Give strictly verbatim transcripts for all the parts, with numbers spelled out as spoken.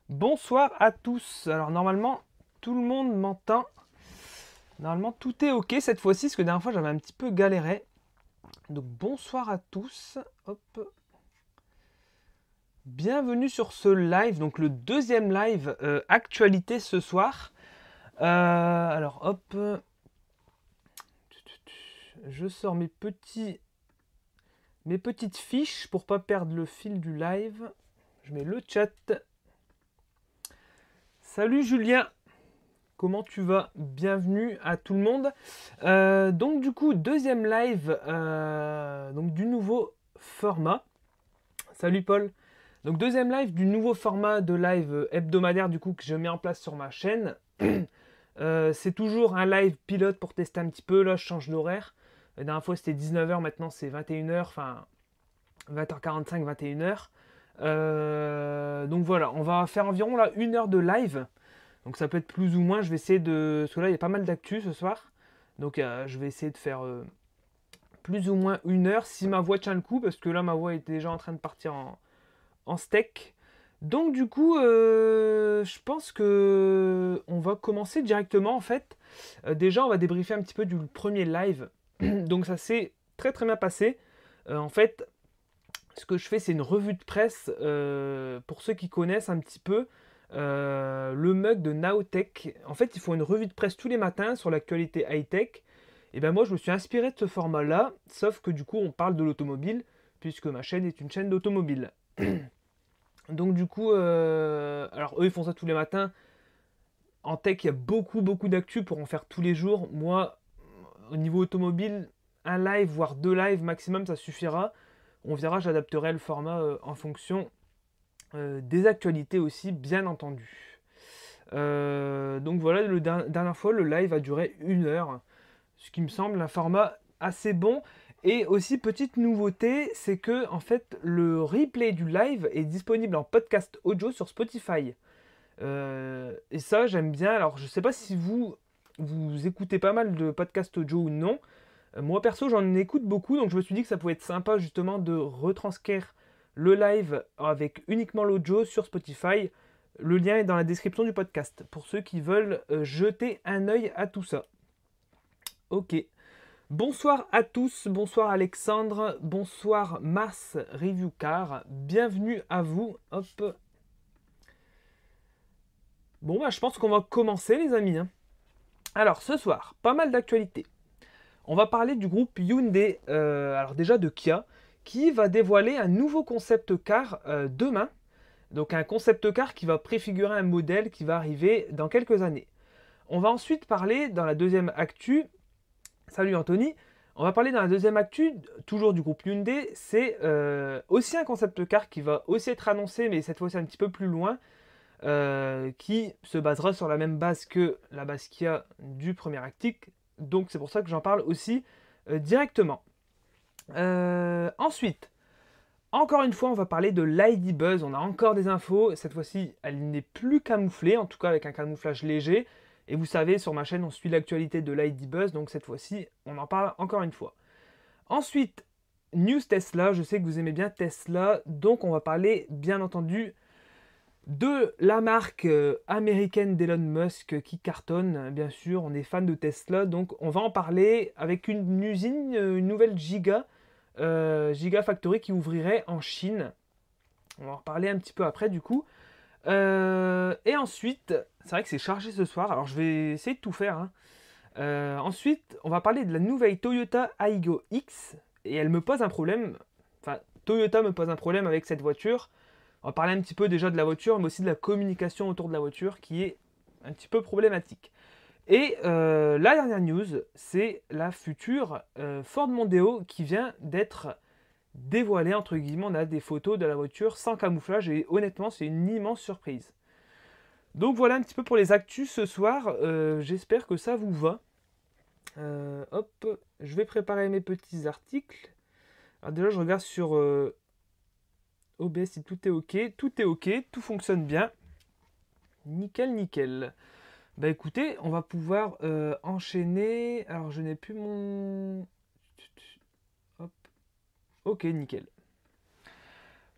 Bonsoir à tous. Alors normalement, tout le monde m'entend. Normalement, tout est ok cette fois-ci, parce que la dernière fois, j'avais un petit peu galéré. Donc bonsoir à tous. Hop. Bienvenue sur ce live, donc le deuxième live euh, actualité ce soir. Euh, alors hop. Je sors mes petits, mes petites fiches pour pas perdre le fil du live. Je mets le chat. Salut Julien. Comment tu vas? Bienvenue à tout le monde. Euh, donc du coup, deuxième live euh, donc du nouveau format. Salut Paul. Donc deuxième live du nouveau format de live hebdomadaire du coup que je mets en place sur ma chaîne. Euh, c'est toujours un live pilote pour tester un petit peu. Là, je change d'horaire. La dernière fois, c'était dix-neuf heures. Maintenant, c'est vingt et une heures. Enfin, vingt heures quarante-cinq, vingt et une heures. Euh, donc voilà, on va faire environ là une heure de live. Donc ça peut être plus ou moins, je vais essayer de... Parce que là, il y a pas mal d'actu ce soir. Donc euh, je vais essayer de faire euh, plus ou moins une heure si ma voix tient le coup. Parce que là, ma voix est déjà en train de partir en, en steak. Donc du coup, euh, je pense que on va commencer directement en fait. Euh, déjà, on va débriefer un petit peu du premier live. Donc ça s'est très très bien passé. Euh, en fait, ce que je fais, c'est une revue de presse euh, pour ceux qui connaissent un petit peu euh, le mug de Naotech. En fait, ils font une revue de presse tous les matins sur l'actualité high-tech. Et ben moi, je me suis inspiré de ce format-là, sauf que du coup, on parle de l'automobile, puisque ma chaîne est une chaîne d'automobile. Donc du coup, euh, alors eux, ils font ça tous les matins. En tech, il y a beaucoup, beaucoup d'actu pour en faire tous les jours. Moi, au niveau automobile, un live, voire deux lives maximum, ça suffira. On verra, j'adapterai le format euh, en fonction euh, des actualités aussi, bien entendu. Euh, donc voilà, la dernière fois, le live a duré une heure, ce qui me semble un format assez bon. Et aussi, petite nouveauté, c'est que en fait, le replay du live est disponible en podcast audio sur Spotify. Euh, et ça, j'aime bien. Alors, je sais pas si vous, vous écoutez pas mal de podcasts audio ou non. Euh, moi, perso, j'en écoute beaucoup, donc je me suis dit que ça pouvait être sympa justement de retranscrire le live avec uniquement l'audio sur Spotify. Le lien est dans la description du podcast pour ceux qui veulent euh, jeter un œil à tout ça. Ok. Bonsoir à tous, bonsoir Alexandre, bonsoir Mars Review Car, bienvenue à vous. Hop. Bon bah je pense qu'on va commencer les amis, hein. Alors ce soir, pas mal d'actualités. On va parler du groupe Hyundai, euh, alors déjà de Kia, qui va dévoiler un nouveau concept car euh, demain. Donc un concept car qui va préfigurer un modèle qui va arriver dans quelques années. On va ensuite parler dans la deuxième actu. Salut Anthony. On va parler dans la deuxième actu, toujours du groupe Hyundai. C'est euh, aussi un concept car qui va aussi être annoncé, mais cette fois-ci un petit peu plus loin, euh, qui se basera sur la même base que la base Kia du premier article. Donc c'est pour ça que j'en parle aussi euh, directement. Euh, ensuite, encore une fois, on va parler de l'I D Buzz. On a encore des infos. Cette fois-ci, elle n'est plus camouflée, en tout cas avec un camouflage léger. Et vous savez, sur ma chaîne, on suit l'actualité de l'I D Buzz. Donc cette fois-ci, on en parle encore une fois. Ensuite, news Tesla. Je sais que vous aimez bien Tesla. Donc on va parler, bien entendu, de la marque euh, américaine d'Elon Musk qui cartonne, bien sûr. On est fan de Tesla. Donc on va en parler avec une usine, euh, une nouvelle giga euh, Gigafactory qui ouvrirait en Chine. On va en reparler un petit peu après du coup. Euh, et ensuite, c'est vrai que c'est chargé ce soir, alors je vais essayer de tout faire, hein. Euh, ensuite, on va parler de la nouvelle Toyota Aygo X. Et elle me pose un problème. Enfin, Toyota me pose un problème avec cette voiture. On va parler un petit peu déjà de la voiture, mais aussi de la communication autour de la voiture qui est un petit peu problématique. Et euh, la dernière news, c'est la future euh, Ford Mondeo qui vient d'être dévoilée, entre guillemets. On a des photos de la voiture sans camouflage et honnêtement, c'est une immense surprise. Donc voilà un petit peu pour les actus ce soir. Euh, J'espère que ça vous va. Euh, hop, je vais préparer mes petits articles. Alors déjà, je regarde sur euh, O B S si tout est OK. Tout est OK, tout fonctionne bien. Nickel, nickel. Bah écoutez, on va pouvoir euh, enchaîner. Alors je n'ai plus mon... Hop. Ok, nickel.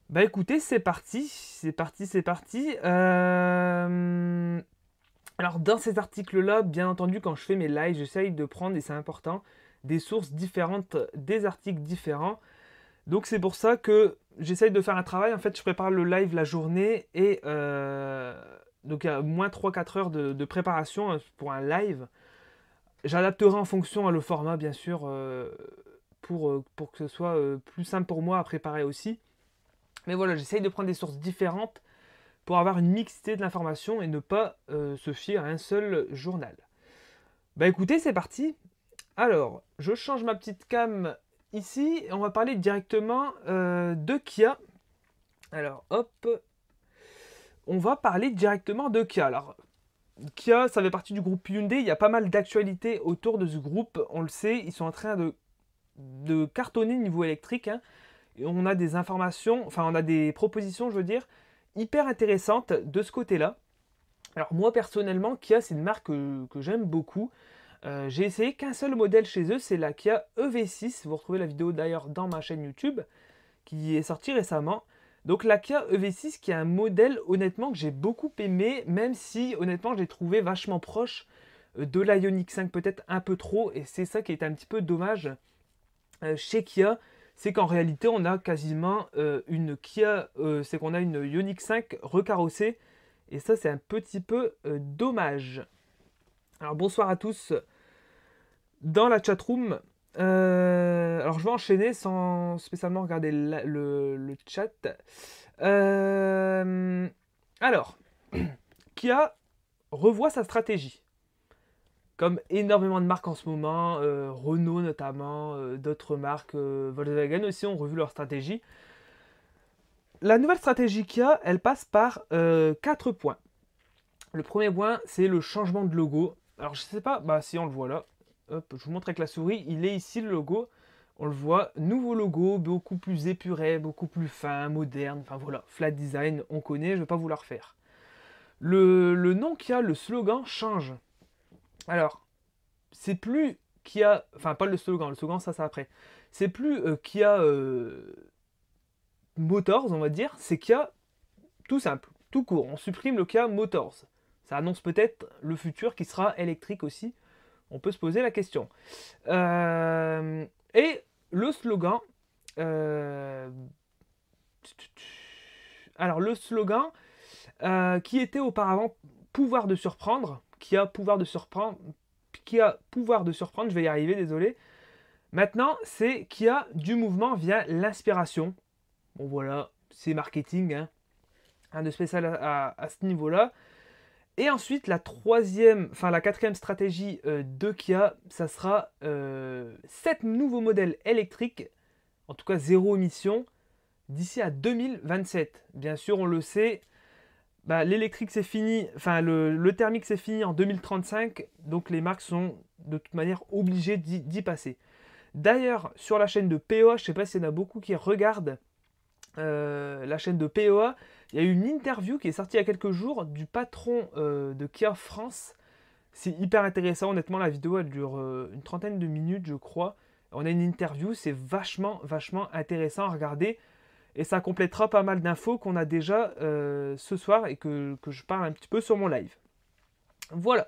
Bah écoutez, c'est parti, c'est parti, c'est parti. Euh, Alors dans ces articles-là, bien entendu, quand je fais mes lives, j'essaye de prendre, et c'est important, des sources différentes, des articles différents. Donc c'est pour ça que j'essaye de faire un travail. En fait, je prépare le live la journée et euh, donc il y a au moins trois quatre heures de, de préparation hein, pour un live. J'adapterai en fonction hein, le format, bien sûr, euh, pour, euh, pour que ce soit euh, plus simple pour moi à préparer aussi. Mais voilà, j'essaye de prendre des sources différentes pour avoir une mixité de l'information et ne pas euh, se fier à un seul journal. Bah écoutez, c'est parti. Alors, je change ma petite cam ici et on va parler directement euh, de Kia. Alors, hop, on va parler directement de Kia. Alors, Kia, ça fait partie du groupe Hyundai. Il y a pas mal d'actualités autour de ce groupe. On le sait, ils sont en train de, de cartonner niveau électrique. Hein. Et on a des informations, enfin, on a des propositions, je veux dire, hyper intéressantes de ce côté-là. Alors, moi, personnellement, Kia, c'est une marque que, que j'aime beaucoup. Euh, j'ai essayé qu'un seul modèle chez eux, c'est la Kia E V six. Vous retrouvez la vidéo d'ailleurs dans ma chaîne YouTube, qui est sortie récemment. Donc la Kia E V six qui est un modèle honnêtement que j'ai beaucoup aimé, même si honnêtement j'ai trouvé vachement proche de la Ioniq cinq, peut-être un peu trop, et c'est ça qui est un petit peu dommage euh, chez Kia, c'est qu'en réalité on a quasiment euh, une Kia, euh, c'est qu'on a une Ioniq cinq recarrossée, et ça c'est un petit peu euh, dommage. Alors bonsoir à tous dans la chatroom. Euh, alors je vais enchaîner sans spécialement regarder la- le, le chat. Euh, alors, Kia revoit sa stratégie. Comme énormément de marques en ce moment, euh, Renault notamment, euh, d'autres marques, euh, Volkswagen aussi ont revu leur stratégie. La nouvelle stratégie Kia, elle passe par euh, quatre points. Le premier point, c'est le changement de logo. Alors je sais pas, bah si on le voit là, hop, je vous montre avec la souris, il est ici le logo. On le voit, nouveau logo, beaucoup plus épuré, beaucoup plus fin, moderne. Enfin voilà, flat design, on connaît, je ne vais pas vous la refaire. Le, le nom Kia, le slogan change. Alors, c'est plus Kia, enfin pas le slogan, le slogan ça c'est après. C'est plus euh, Kia euh, Motors, on va dire, c'est Kia tout simple, tout court. On supprime le Kia Motors. Ça annonce peut-être le futur qui sera électrique aussi. On peut se poser la question. Euh, et le slogan. euh, alors le slogan euh, qui était auparavant pouvoir de surprendre, qui a pouvoir de surprendre, qui a pouvoir de surprendre, je vais y arriver, désolé. Maintenant, c'est qui a du mouvement via l'inspiration. Bon voilà, c'est marketing, hein. Rien de spécial à, à, à ce niveau-là. Et ensuite, la troisième, enfin la quatrième stratégie euh, de Kia, ça sera euh, sept nouveaux modèles électriques, en tout cas zéro émission, d'ici à deux mille vingt-sept. Bien sûr, on le sait, bah, l'électrique c'est fini, enfin le, le thermique c'est fini en deux mille trente-cinq, donc les marques sont de toute manière obligées d'y, d'y passer. D'ailleurs, sur la chaîne de P O A, je ne sais pas s'il y en a beaucoup qui regardent euh, la chaîne de P O A, il y a eu une interview qui est sortie il y a quelques jours du patron euh, de Kia France. C'est hyper intéressant, honnêtement, la vidéo elle dure euh, une trentaine de minutes, je crois. On a une interview, c'est vachement, vachement intéressant à regarder. Et ça complétera pas mal d'infos qu'on a déjà euh, ce soir et que, que je parle un petit peu sur mon live. Voilà.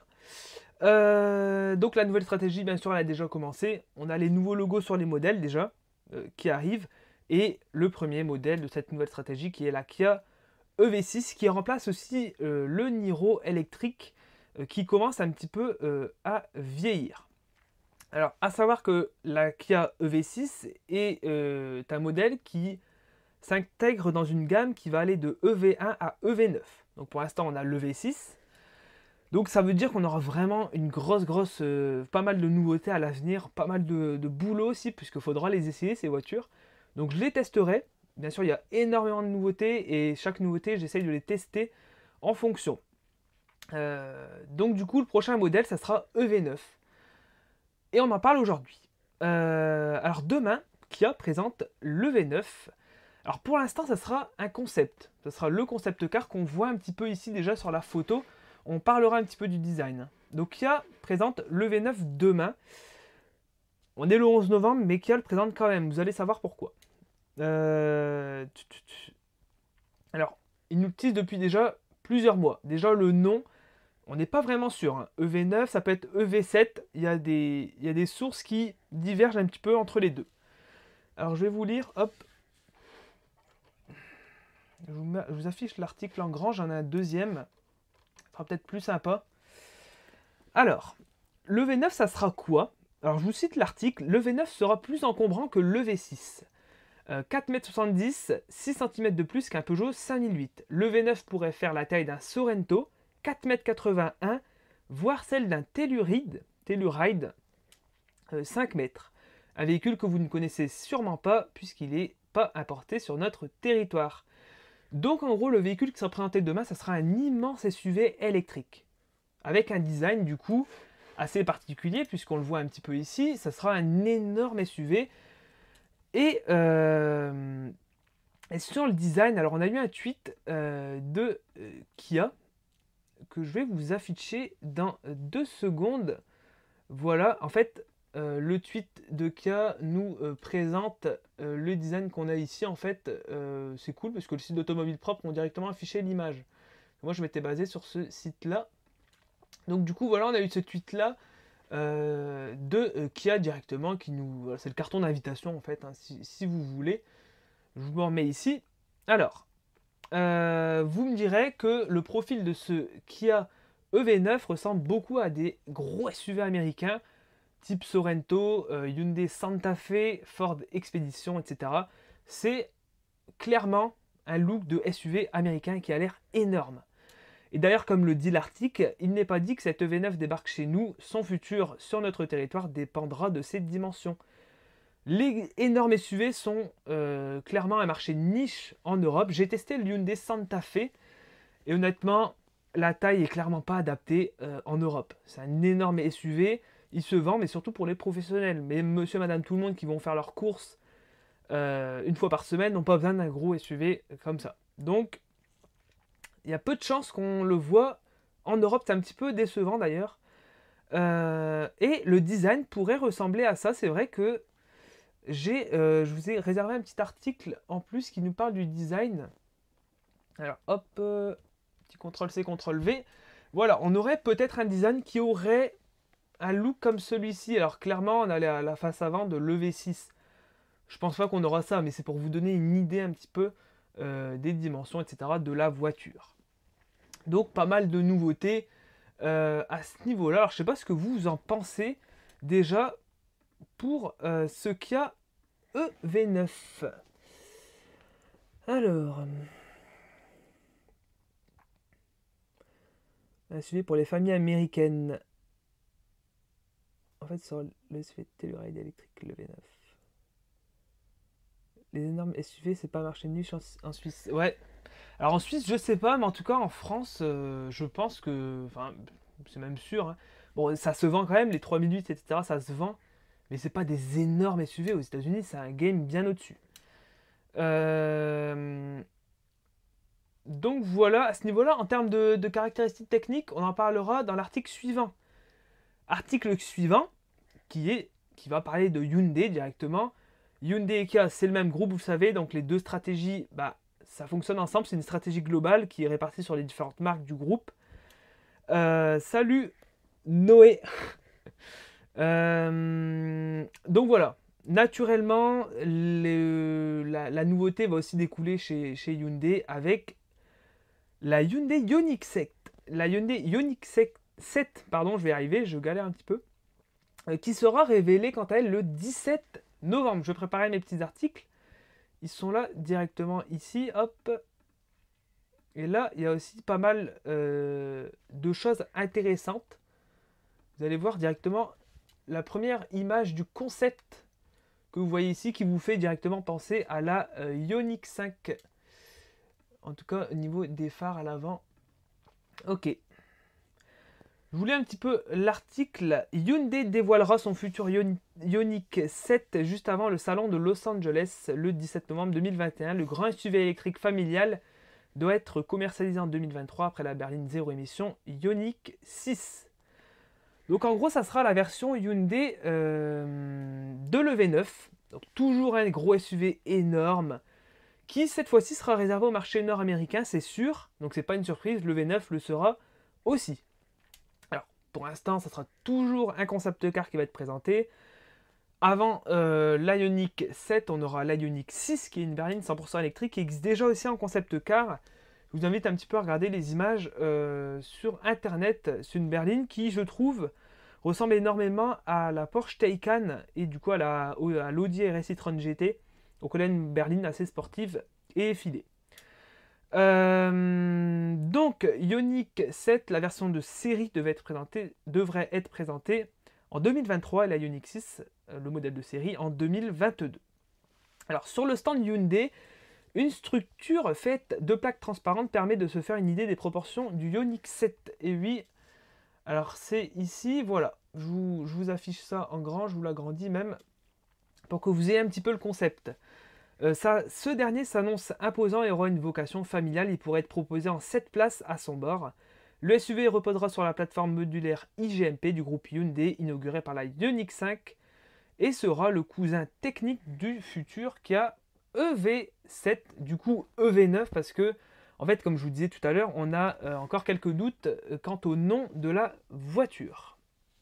Euh, donc la nouvelle stratégie, bien sûr, elle a déjà commencé. On a les nouveaux logos sur les modèles déjà euh, qui arrivent. Et le premier modèle de cette nouvelle stratégie qui est la Kia E V six qui remplace aussi euh, le Niro électrique euh, qui commence un petit peu euh, à vieillir. Alors, à savoir que la Kia E V six est euh, un modèle qui s'intègre dans une gamme qui va aller de E V un à E V neuf. Donc pour l'instant, on a l'E V six. Donc ça veut dire qu'on aura vraiment une grosse, grosse, euh, pas mal de nouveautés à l'avenir, pas mal de, de boulot aussi, puisqu'il faudra les essayer, ces voitures. Donc je les testerai. Bien sûr, il y a énormément de nouveautés et chaque nouveauté, j'essaye de les tester en fonction. Euh, donc du coup, le prochain modèle, ça sera E V neuf. Et on en parle aujourd'hui. Euh, alors demain, Kia présente l'E V neuf. Alors pour l'instant, ça sera un concept. Ça sera le concept car qu'on voit un petit peu ici déjà sur la photo. On parlera un petit peu du design. Donc Kia présente l'E V neuf demain. On est le onze novembre, mais Kia le présente quand même. Vous allez savoir pourquoi. Euh... Alors, ils nous le disent depuis déjà plusieurs mois. Déjà, le nom, on n'est pas vraiment sûr. Hein. E V neuf, ça peut être E V sept. Il y a des, il y a des sources qui divergent un petit peu entre les deux. Alors, je vais vous lire, hop. Je vous, mets- je vous affiche l'article en grand, j'en ai un deuxième. Ça sera peut-être plus sympa. Alors, le V neuf, ça sera quoi? Alors, je vous cite l'article. Le V neuf sera plus encombrant que le V six. Euh, quatre mètres soixante-dix, six centimètres de plus qu'un Peugeot cinq mille huit. Le V neuf pourrait faire la taille d'un Sorento, quatre mètres quatre-vingt-un, voire celle d'un Telluride, Telluride, euh, cinq mètres. Un véhicule que vous ne connaissez sûrement pas puisqu'il n'est pas importé sur notre territoire. Donc en gros, le véhicule qui sera présenté demain, ça sera un immense S U V électrique. Avec un design du coup assez particulier puisqu'on le voit un petit peu ici. Ça sera un énorme S U V. Et, euh, et sur le design, alors on a eu un tweet euh, de euh, Kia que je vais vous afficher dans deux secondes. Voilà, en fait, euh, le tweet de Kia nous euh, présente euh, le design qu'on a ici. En fait, euh, c'est cool parce que le site d'Automobile Propre ont directement affiché l'image. Moi, je m'étais basé sur ce site-là. Donc, du coup, voilà, on a eu ce tweet-là euh, de euh, Kia directement qui nous. Voilà, c'est le carton d'invitation en fait, hein, si, si vous voulez. Je vous en remets ici. Alors, euh, vous me direz que le profil de ce Kia E V neuf ressemble beaucoup à des gros S U V américains, type Sorento, euh, Hyundai Santa Fe, Ford Expedition, et cetera. C'est clairement un look de S U V américain qui a l'air énorme. Et d'ailleurs, comme le dit l'article, il n'est pas dit que cette E V neuf débarque chez nous. Son futur sur notre territoire dépendra de ses dimensions. Les énormes S U V sont euh, clairement un marché niche en Europe. J'ai testé le Hyundai Santa Fe et honnêtement, la taille est clairement pas adaptée euh, en Europe. C'est un énorme S U V, il se vend, mais surtout pour les professionnels. Mais monsieur, madame, tout le monde qui vont faire leurs courses euh, une fois par semaine n'ont pas besoin d'un gros S U V comme ça. Donc, il y a peu de chances qu'on le voit en Europe. C'est un petit peu décevant d'ailleurs. Euh, et le design pourrait ressembler à ça. C'est vrai que j'ai, euh, je vous ai réservé un petit article en plus qui nous parle du design. Alors hop, euh, petit contrôle C, contrôle V. Voilà, on aurait peut-être un design qui aurait un look comme celui-ci. Alors clairement, on a la, la face avant de l'E V six. Je pense pas qu'on aura ça, mais c'est pour vous donner une idée un petit peu euh, des dimensions, et cetera de la voiture. Donc pas mal de nouveautés euh, à ce niveau-là. Alors je sais pas ce que vous en pensez déjà pour euh, ce Kia E V neuf. Alors, un S U V pour les familles américaines. En fait, sur le S U V Telluride électrique, le V neuf. Les énormes S U V, c'est pas marché de niche en, en Suisse. Ouais. Alors en Suisse, je sais pas, mais en tout cas en France, euh, je pense que. Enfin, c'est même sûr. Hein. Bon, ça se vend quand même, les trois mille huit, et cetera. Ça se vend. Mais c'est pas des énormes S U V. Aux États-Unis, c'est un game bien au-dessus. Euh, Donc voilà, à ce niveau-là, en termes de, de caractéristiques techniques, on en parlera dans l'article suivant. Article suivant, qui, est, qui va parler de Hyundai directement. Hyundai et Kia, c'est le même groupe, vous savez, donc les deux stratégies, bah, ça fonctionne ensemble, c'est une stratégie globale qui est répartie sur les différentes marques du groupe. Euh, salut Noé. euh, donc voilà, naturellement, le, la, la nouveauté va aussi découler chez, chez Hyundai avec la Hyundai Ioniq sept. La Hyundai Ioniq sept, pardon, je vais y arriver, je galère un petit peu, euh, qui sera révélée quant à elle le dix-sept novembre. Je préparais mes petits articles. Ils sont là directement ici, hop. Et là, il y a aussi pas mal euh, de choses intéressantes. Vous allez voir directement la première image du concept que vous voyez ici qui vous fait directement penser à la euh, Ioniq cinq. En tout cas, au niveau des phares à l'avant. Ok. Je voulais un petit peu l'article. Hyundai dévoilera son futur Ioniq sept juste avant le salon de Los Angeles le dix-sept novembre deux mille vingt et un. Le grand S U V électrique familial doit être commercialisé en deux mille vingt-trois après la berline zéro émission Ioniq six. Donc en gros, ça sera la version Hyundai euh, de l'E V neuf. Donc toujours un gros S U V énorme qui cette fois-ci sera réservé au marché nord-américain, c'est sûr. Donc c'est pas une surprise, le V neuf le sera aussi. Alors pour l'instant, ça sera toujours un concept car qui va être présenté. Avant euh, l'Ioniq sept, on aura l'Ioniq six qui est une berline cent pour cent électrique qui existe déjà aussi en concept car. Je vous invite un petit peu à regarder les images euh, sur internet. C'est une berline qui, je trouve, ressemble énormément à la Porsche Taycan et du coup à la à l'Audi R S e-tron G T. Donc on a une berline assez sportive et effilée. Euh, donc Ioniq sept, la version de série devait être présentée, devrait être présentée en deux mille vingt-trois et la Ioniq six, le modèle de série, en deux mille vingt-deux. Alors sur le stand Hyundai, une structure faite de plaques transparentes permet de se faire une idée des proportions du Ioniq sept. Et oui, alors c'est ici, voilà, je vous, je vous affiche ça en grand, je vous l'agrandis même, pour que vous ayez un petit peu le concept. Euh, ça, ce dernier s'annonce imposant et aura une vocation familiale. Il pourrait être proposé en sept places à son bord. Le S U V reposera sur la plateforme modulaire I G M P du groupe Hyundai, inaugurée par la Ioniq cinq, et sera le cousin technique du futur Kia E V sept, du coup E V neuf, parce que, en fait, comme je vous disais tout à l'heure, on a euh, encore quelques doutes euh, quant au nom de la voiture.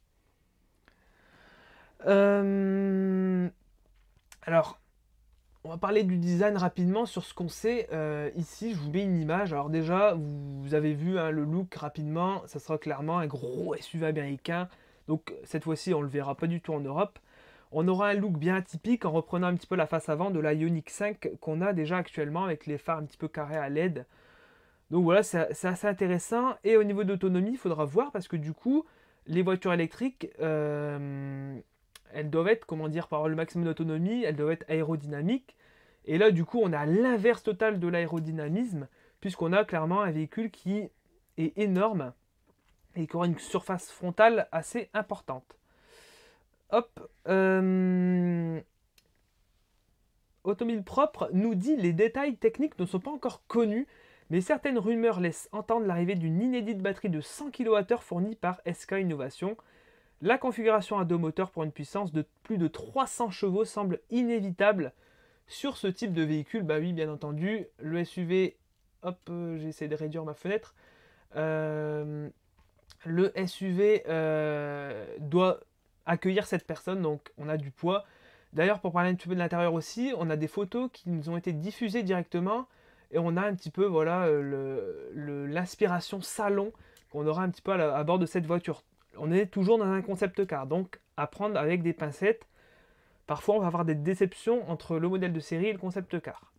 Euh, alors, on va parler du design rapidement sur ce qu'on sait. Euh, ici, je vous mets une image. Alors déjà, vous avez vu hein, le look rapidement. Ça sera clairement un gros S U V américain. Donc cette fois-ci, on ne le verra pas du tout en Europe. On aura un look bien atypique en reprenant un petit peu la face avant de la Ioniq cinq qu'on a déjà actuellement avec les phares un petit peu carrés à L E D. Donc voilà, c'est assez intéressant. Et au niveau d'autonomie, il faudra voir parce que du coup, les voitures électriques... Euh, elles doivent être, comment dire, par le maximum d'autonomie, elles doivent être aérodynamiques. Et là, du coup, on a l'inverse total de l'aérodynamisme, puisqu'on a clairement un véhicule qui est énorme et qui aura une surface frontale assez importante. Hop. Euh... Automobile propre nous dit les détails techniques ne sont pas encore connus, mais certaines rumeurs laissent entendre l'arrivée d'une inédite batterie de cent kilowattheures fournie par S K Innovation. La configuration à deux moteurs pour une puissance de plus de trois cents chevaux semble inévitable sur ce type de véhicule. Bah oui, bien entendu, le S U V, hop, euh, j'essaie de réduire ma fenêtre. Euh, le S U V euh, doit accueillir cette personne, donc on a du poids. D'ailleurs, pour parler un petit peu de l'intérieur aussi, on a des photos qui nous ont été diffusées directement et on a un petit peu, voilà, l'inspiration salon qu'on aura un petit peu à, la, à bord de cette voiture. On est toujours dans un concept car, donc à prendre avec des pincettes. Parfois, on va avoir des déceptions entre le modèle de série et le concept car.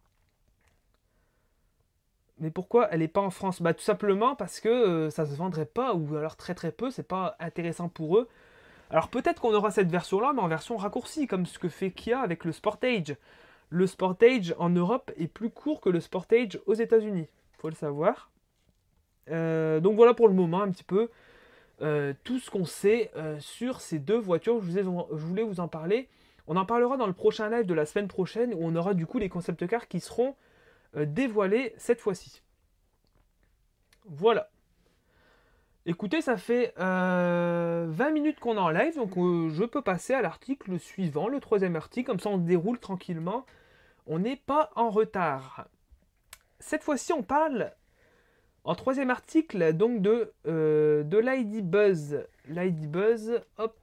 Mais pourquoi elle n'est pas en France? Bah tout simplement parce que euh, ça se vendrait pas, ou alors très très peu, c'est pas intéressant pour eux. Alors peut-être qu'on aura cette version-là, mais en version raccourcie, comme ce que fait Kia avec le Sportage. Le Sportage en Europe est plus court que le Sportage aux États-Unis, faut le savoir. Euh, donc voilà pour le moment un petit peu. Euh, tout ce qu'on sait euh, sur ces deux voitures, je, vous ai, je voulais vous en parler. On en parlera dans le prochain live de la semaine prochaine où on aura du coup les concept cars qui seront euh, dévoilés cette fois-ci. Voilà. Écoutez, ça fait euh, vingt minutes qu'on est en live, donc euh, je peux passer à l'article suivant, le troisième article, comme ça on déroule tranquillement. On n'est pas en retard. Cette fois-ci, on parle... En troisième article, donc de, euh, de l'I D Buzz. L'I D Buzz, hop.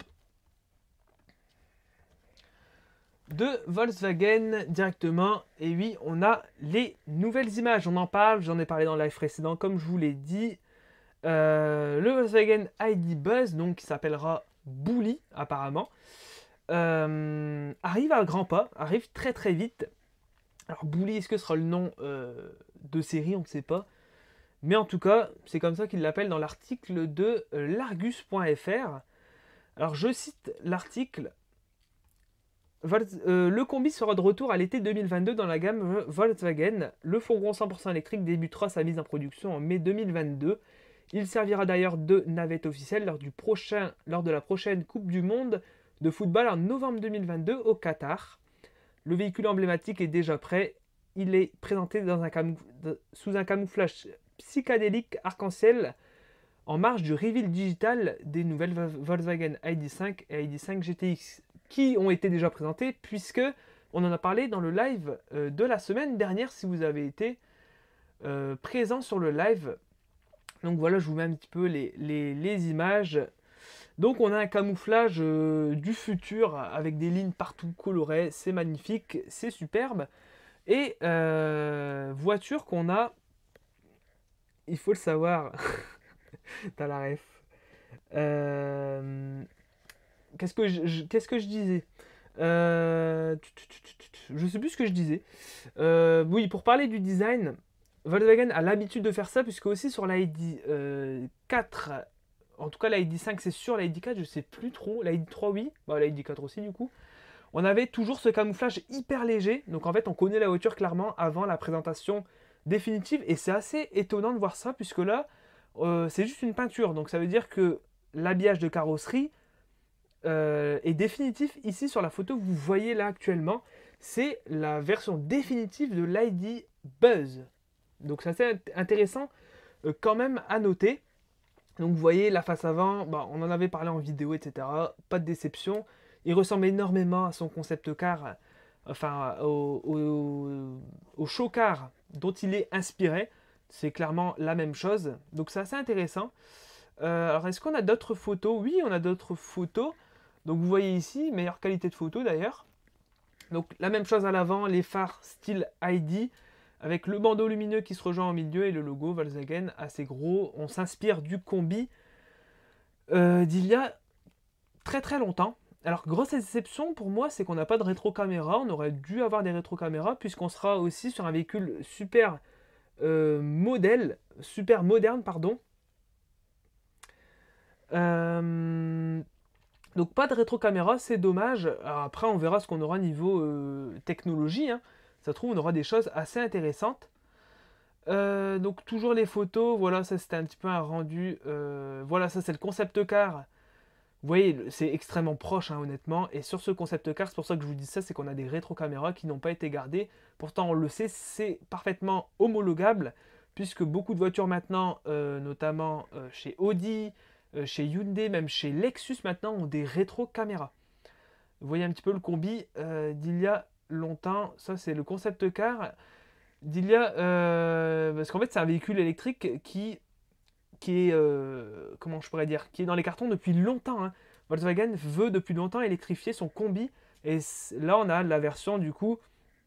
De Volkswagen directement. Et oui, on a les nouvelles images. On en parle, j'en ai parlé dans le live précédent, comme je vous l'ai dit. Euh, le Volkswagen I D Buzz, donc qui s'appellera Bully, apparemment, euh, arrive à grands pas, arrive très très vite. Alors Bully, est-ce que ce sera le nom euh, de série? On ne sait pas. Mais en tout cas, c'est comme ça qu'il l'appelle dans l'article de Largus point F R. Alors je cite l'article. Euh, le combi sera de retour à l'été deux mille vingt-deux dans la gamme Volkswagen. Le fourgon cent pour cent électrique débutera sa mise en production en mai deux mille vingt-deux. Il servira d'ailleurs de navette officielle lors, du prochain, lors de la prochaine Coupe du Monde de football en novembre deux mille vingt-deux au Qatar. Le véhicule emblématique est déjà prêt. Il est présenté dans un camouf... sous un camouflage psychédélique arc-en-ciel en marge du reveal digital des nouvelles Volkswagen I D cinq et I D cinq G T X qui ont été déjà présentées puisque On en a parlé dans le live euh, de la semaine dernière, si vous avez été euh, présent sur le live. Donc voilà, je vous mets un petit peu les, les, les images. Donc on a un camouflage euh, du futur avec des lignes partout colorées, c'est magnifique, c'est superbe. Et euh, voiture qu'on a, il faut le savoir, t'as la ref. Euh, qu'est-ce que je, je- qu'est-ce que je disais? Euh, je sais plus ce que je disais. Euh, oui, pour parler du design, Volkswagen a l'habitude de faire ça, puisque aussi sur l'I D euh, quatre, en tout cas l'I D cinq c'est sûr, l'I D quatre je sais plus trop, l'I D trois oui, bah, l'I D quatre aussi du coup, on avait toujours ce camouflage hyper léger, donc en fait on connaît la voiture clairement avant la présentation définitive, et c'est assez étonnant de voir ça, puisque là euh, c'est juste une peinture, donc ça veut dire que l'habillage de carrosserie euh, est définitif ici sur la photo que vous voyez là actuellement. C'est la version définitive de l'I D Buzz. Donc c'est assez intéressant euh, quand même à noter. Donc vous voyez la face avant, bah, on en avait parlé en vidéo, et cetera. Pas de déception. Il ressemble énormément à son concept car, enfin au, au, au show car dont il est inspiré. C'est clairement la même chose. Donc c'est assez intéressant. Euh, alors est-ce qu'on a d'autres photos? Oui, on a d'autres photos. Donc vous voyez ici, meilleure qualité de photo d'ailleurs. Donc la même chose à l'avant, les phares style I D, avec le bandeau lumineux qui se rejoint au milieu et le logo Volkswagen assez gros. On s'inspire du combi euh, d'il y a très très longtemps. Alors grosse exception pour moi, c'est qu'on n'a pas de rétro-caméra. On aurait dû avoir des rétro-caméras puisqu'on sera aussi sur un véhicule super euh, modèle, super moderne, pardon. Euh, Donc pas de rétro-caméra, c'est dommage. Alors après, on verra ce qu'on aura niveau euh, technologie, hein. Ça se trouve, on aura des choses assez intéressantes. Euh, donc toujours les photos, voilà, ça c'était un petit peu un rendu. Euh, voilà, ça c'est le concept car. Vous voyez, c'est extrêmement proche, hein, honnêtement. Et sur ce concept car, c'est pour ça que je vous dis ça, c'est qu'on a des rétro-caméras qui n'ont pas été gardées. Pourtant, on le sait, c'est parfaitement homologable, puisque beaucoup de voitures maintenant, euh, notamment euh, chez Audi, euh, chez Hyundai, même chez Lexus maintenant, ont des rétro-caméras. Vous voyez un petit peu le combi euh, d'il y a longtemps. Ça, c'est le concept car d'il y a... euh, parce qu'en fait, c'est un véhicule électrique qui qui est, euh, comment je pourrais dire, qui est dans les cartons depuis longtemps, hein. Volkswagen veut depuis longtemps électrifier son combi. Et là, on a la version du coup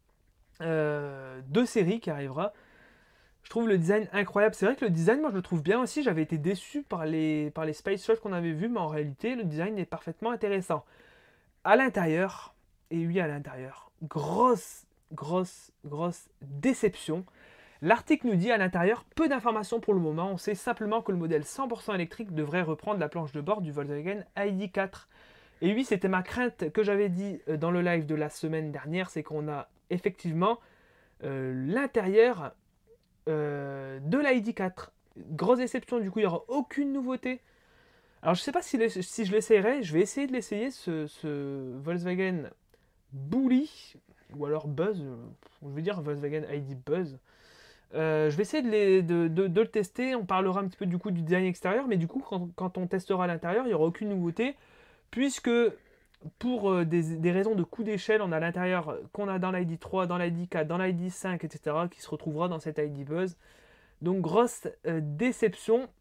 euh, de série qui arrivera. Je trouve le design incroyable. C'est vrai que le design, moi, je le trouve bien aussi. J'avais été déçu par les, par les Space Shots qu'on avait vus, mais en réalité, le design est parfaitement intéressant. À l'intérieur, et oui, à l'intérieur, grosse, grosse, grosse déception. L'article nous dit à l'intérieur peu d'informations pour le moment. On sait simplement que le modèle cent pour cent électrique devrait reprendre la planche de bord du Volkswagen I D quatre. Et oui, c'était ma crainte que j'avais dit dans le live de la semaine dernière, c'est qu'on a effectivement euh, l'intérieur euh, de l'I D quatre. Grosse déception, du coup, il n'y aura aucune nouveauté. Alors, je ne sais pas si, les, si je l'essayerai, je vais essayer de l'essayer, ce, ce Volkswagen Bully, ou alors Buzz, je veux dire Volkswagen I D Buzz. Euh, je vais essayer de, les, de, de, de, le tester. On parlera un petit peu du coup du design extérieur, mais du coup, quand, quand on testera à l'intérieur, il n'y aura aucune nouveauté, puisque pour euh, des, des raisons de coût d'échelle, on a l'intérieur qu'on a dans l'I D trois, dans l'I D quatre, dans l'I D cinq, et cetera, qui se retrouvera dans cette I D Buzz. Donc, grosse euh, déception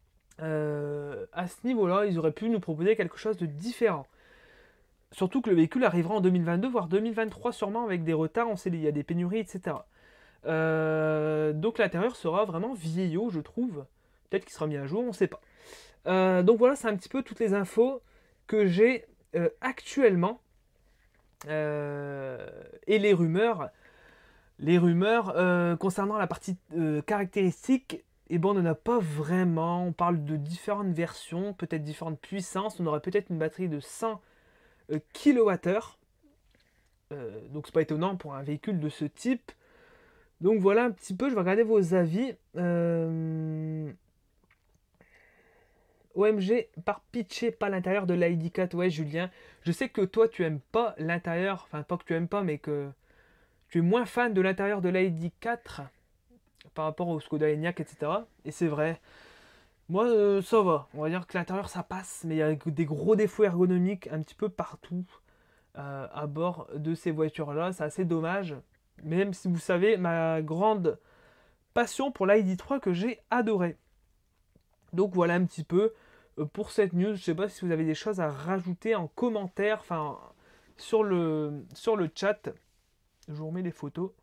euh, à ce niveau-là. Ils auraient pu nous proposer quelque chose de différent. Surtout que le véhicule arrivera en deux mille vingt-deux, voire deux mille vingt-trois sûrement, avec des retards. On sait qu'il y a des pénuries, et cetera. Euh, donc l'intérieur sera vraiment vieillot, je trouve. Peut-être qu'il sera mis à jour, on ne sait pas. Euh, donc voilà, c'est un petit peu toutes les infos que j'ai euh, actuellement. Euh, et les rumeurs. Les rumeurs euh, concernant la partie euh, caractéristique, eh ben, on n'en a pas vraiment. On parle de différentes versions, peut-être différentes puissances. On aurait peut-être une batterie de cent euh, kilowattheures. Euh, donc c'est pas étonnant pour un véhicule de ce type. Donc voilà un petit peu, je vais regarder vos avis. Euh... O M G par pitché, pas l'intérieur de l'I D quatre. Ouais, Julien, je sais que toi tu aimes pas l'intérieur, enfin pas que tu aimes pas, mais que tu es moins fan de l'intérieur de l'I D quatre par rapport au Skoda Enyaq, et cetera. Et c'est vrai. Moi, euh, ça va. On va dire que l'intérieur ça passe, mais il y a des gros défauts ergonomiques un petit peu partout. euh, à bord de ces voitures-là. C'est assez dommage. Même si vous savez ma grande passion pour l'I D trois que j'ai adoré. Donc voilà un petit peu euh, pour cette news. Je ne sais pas si vous avez des choses à rajouter en commentaire, enfin sur le, sur le chat. Je vous remets les photos.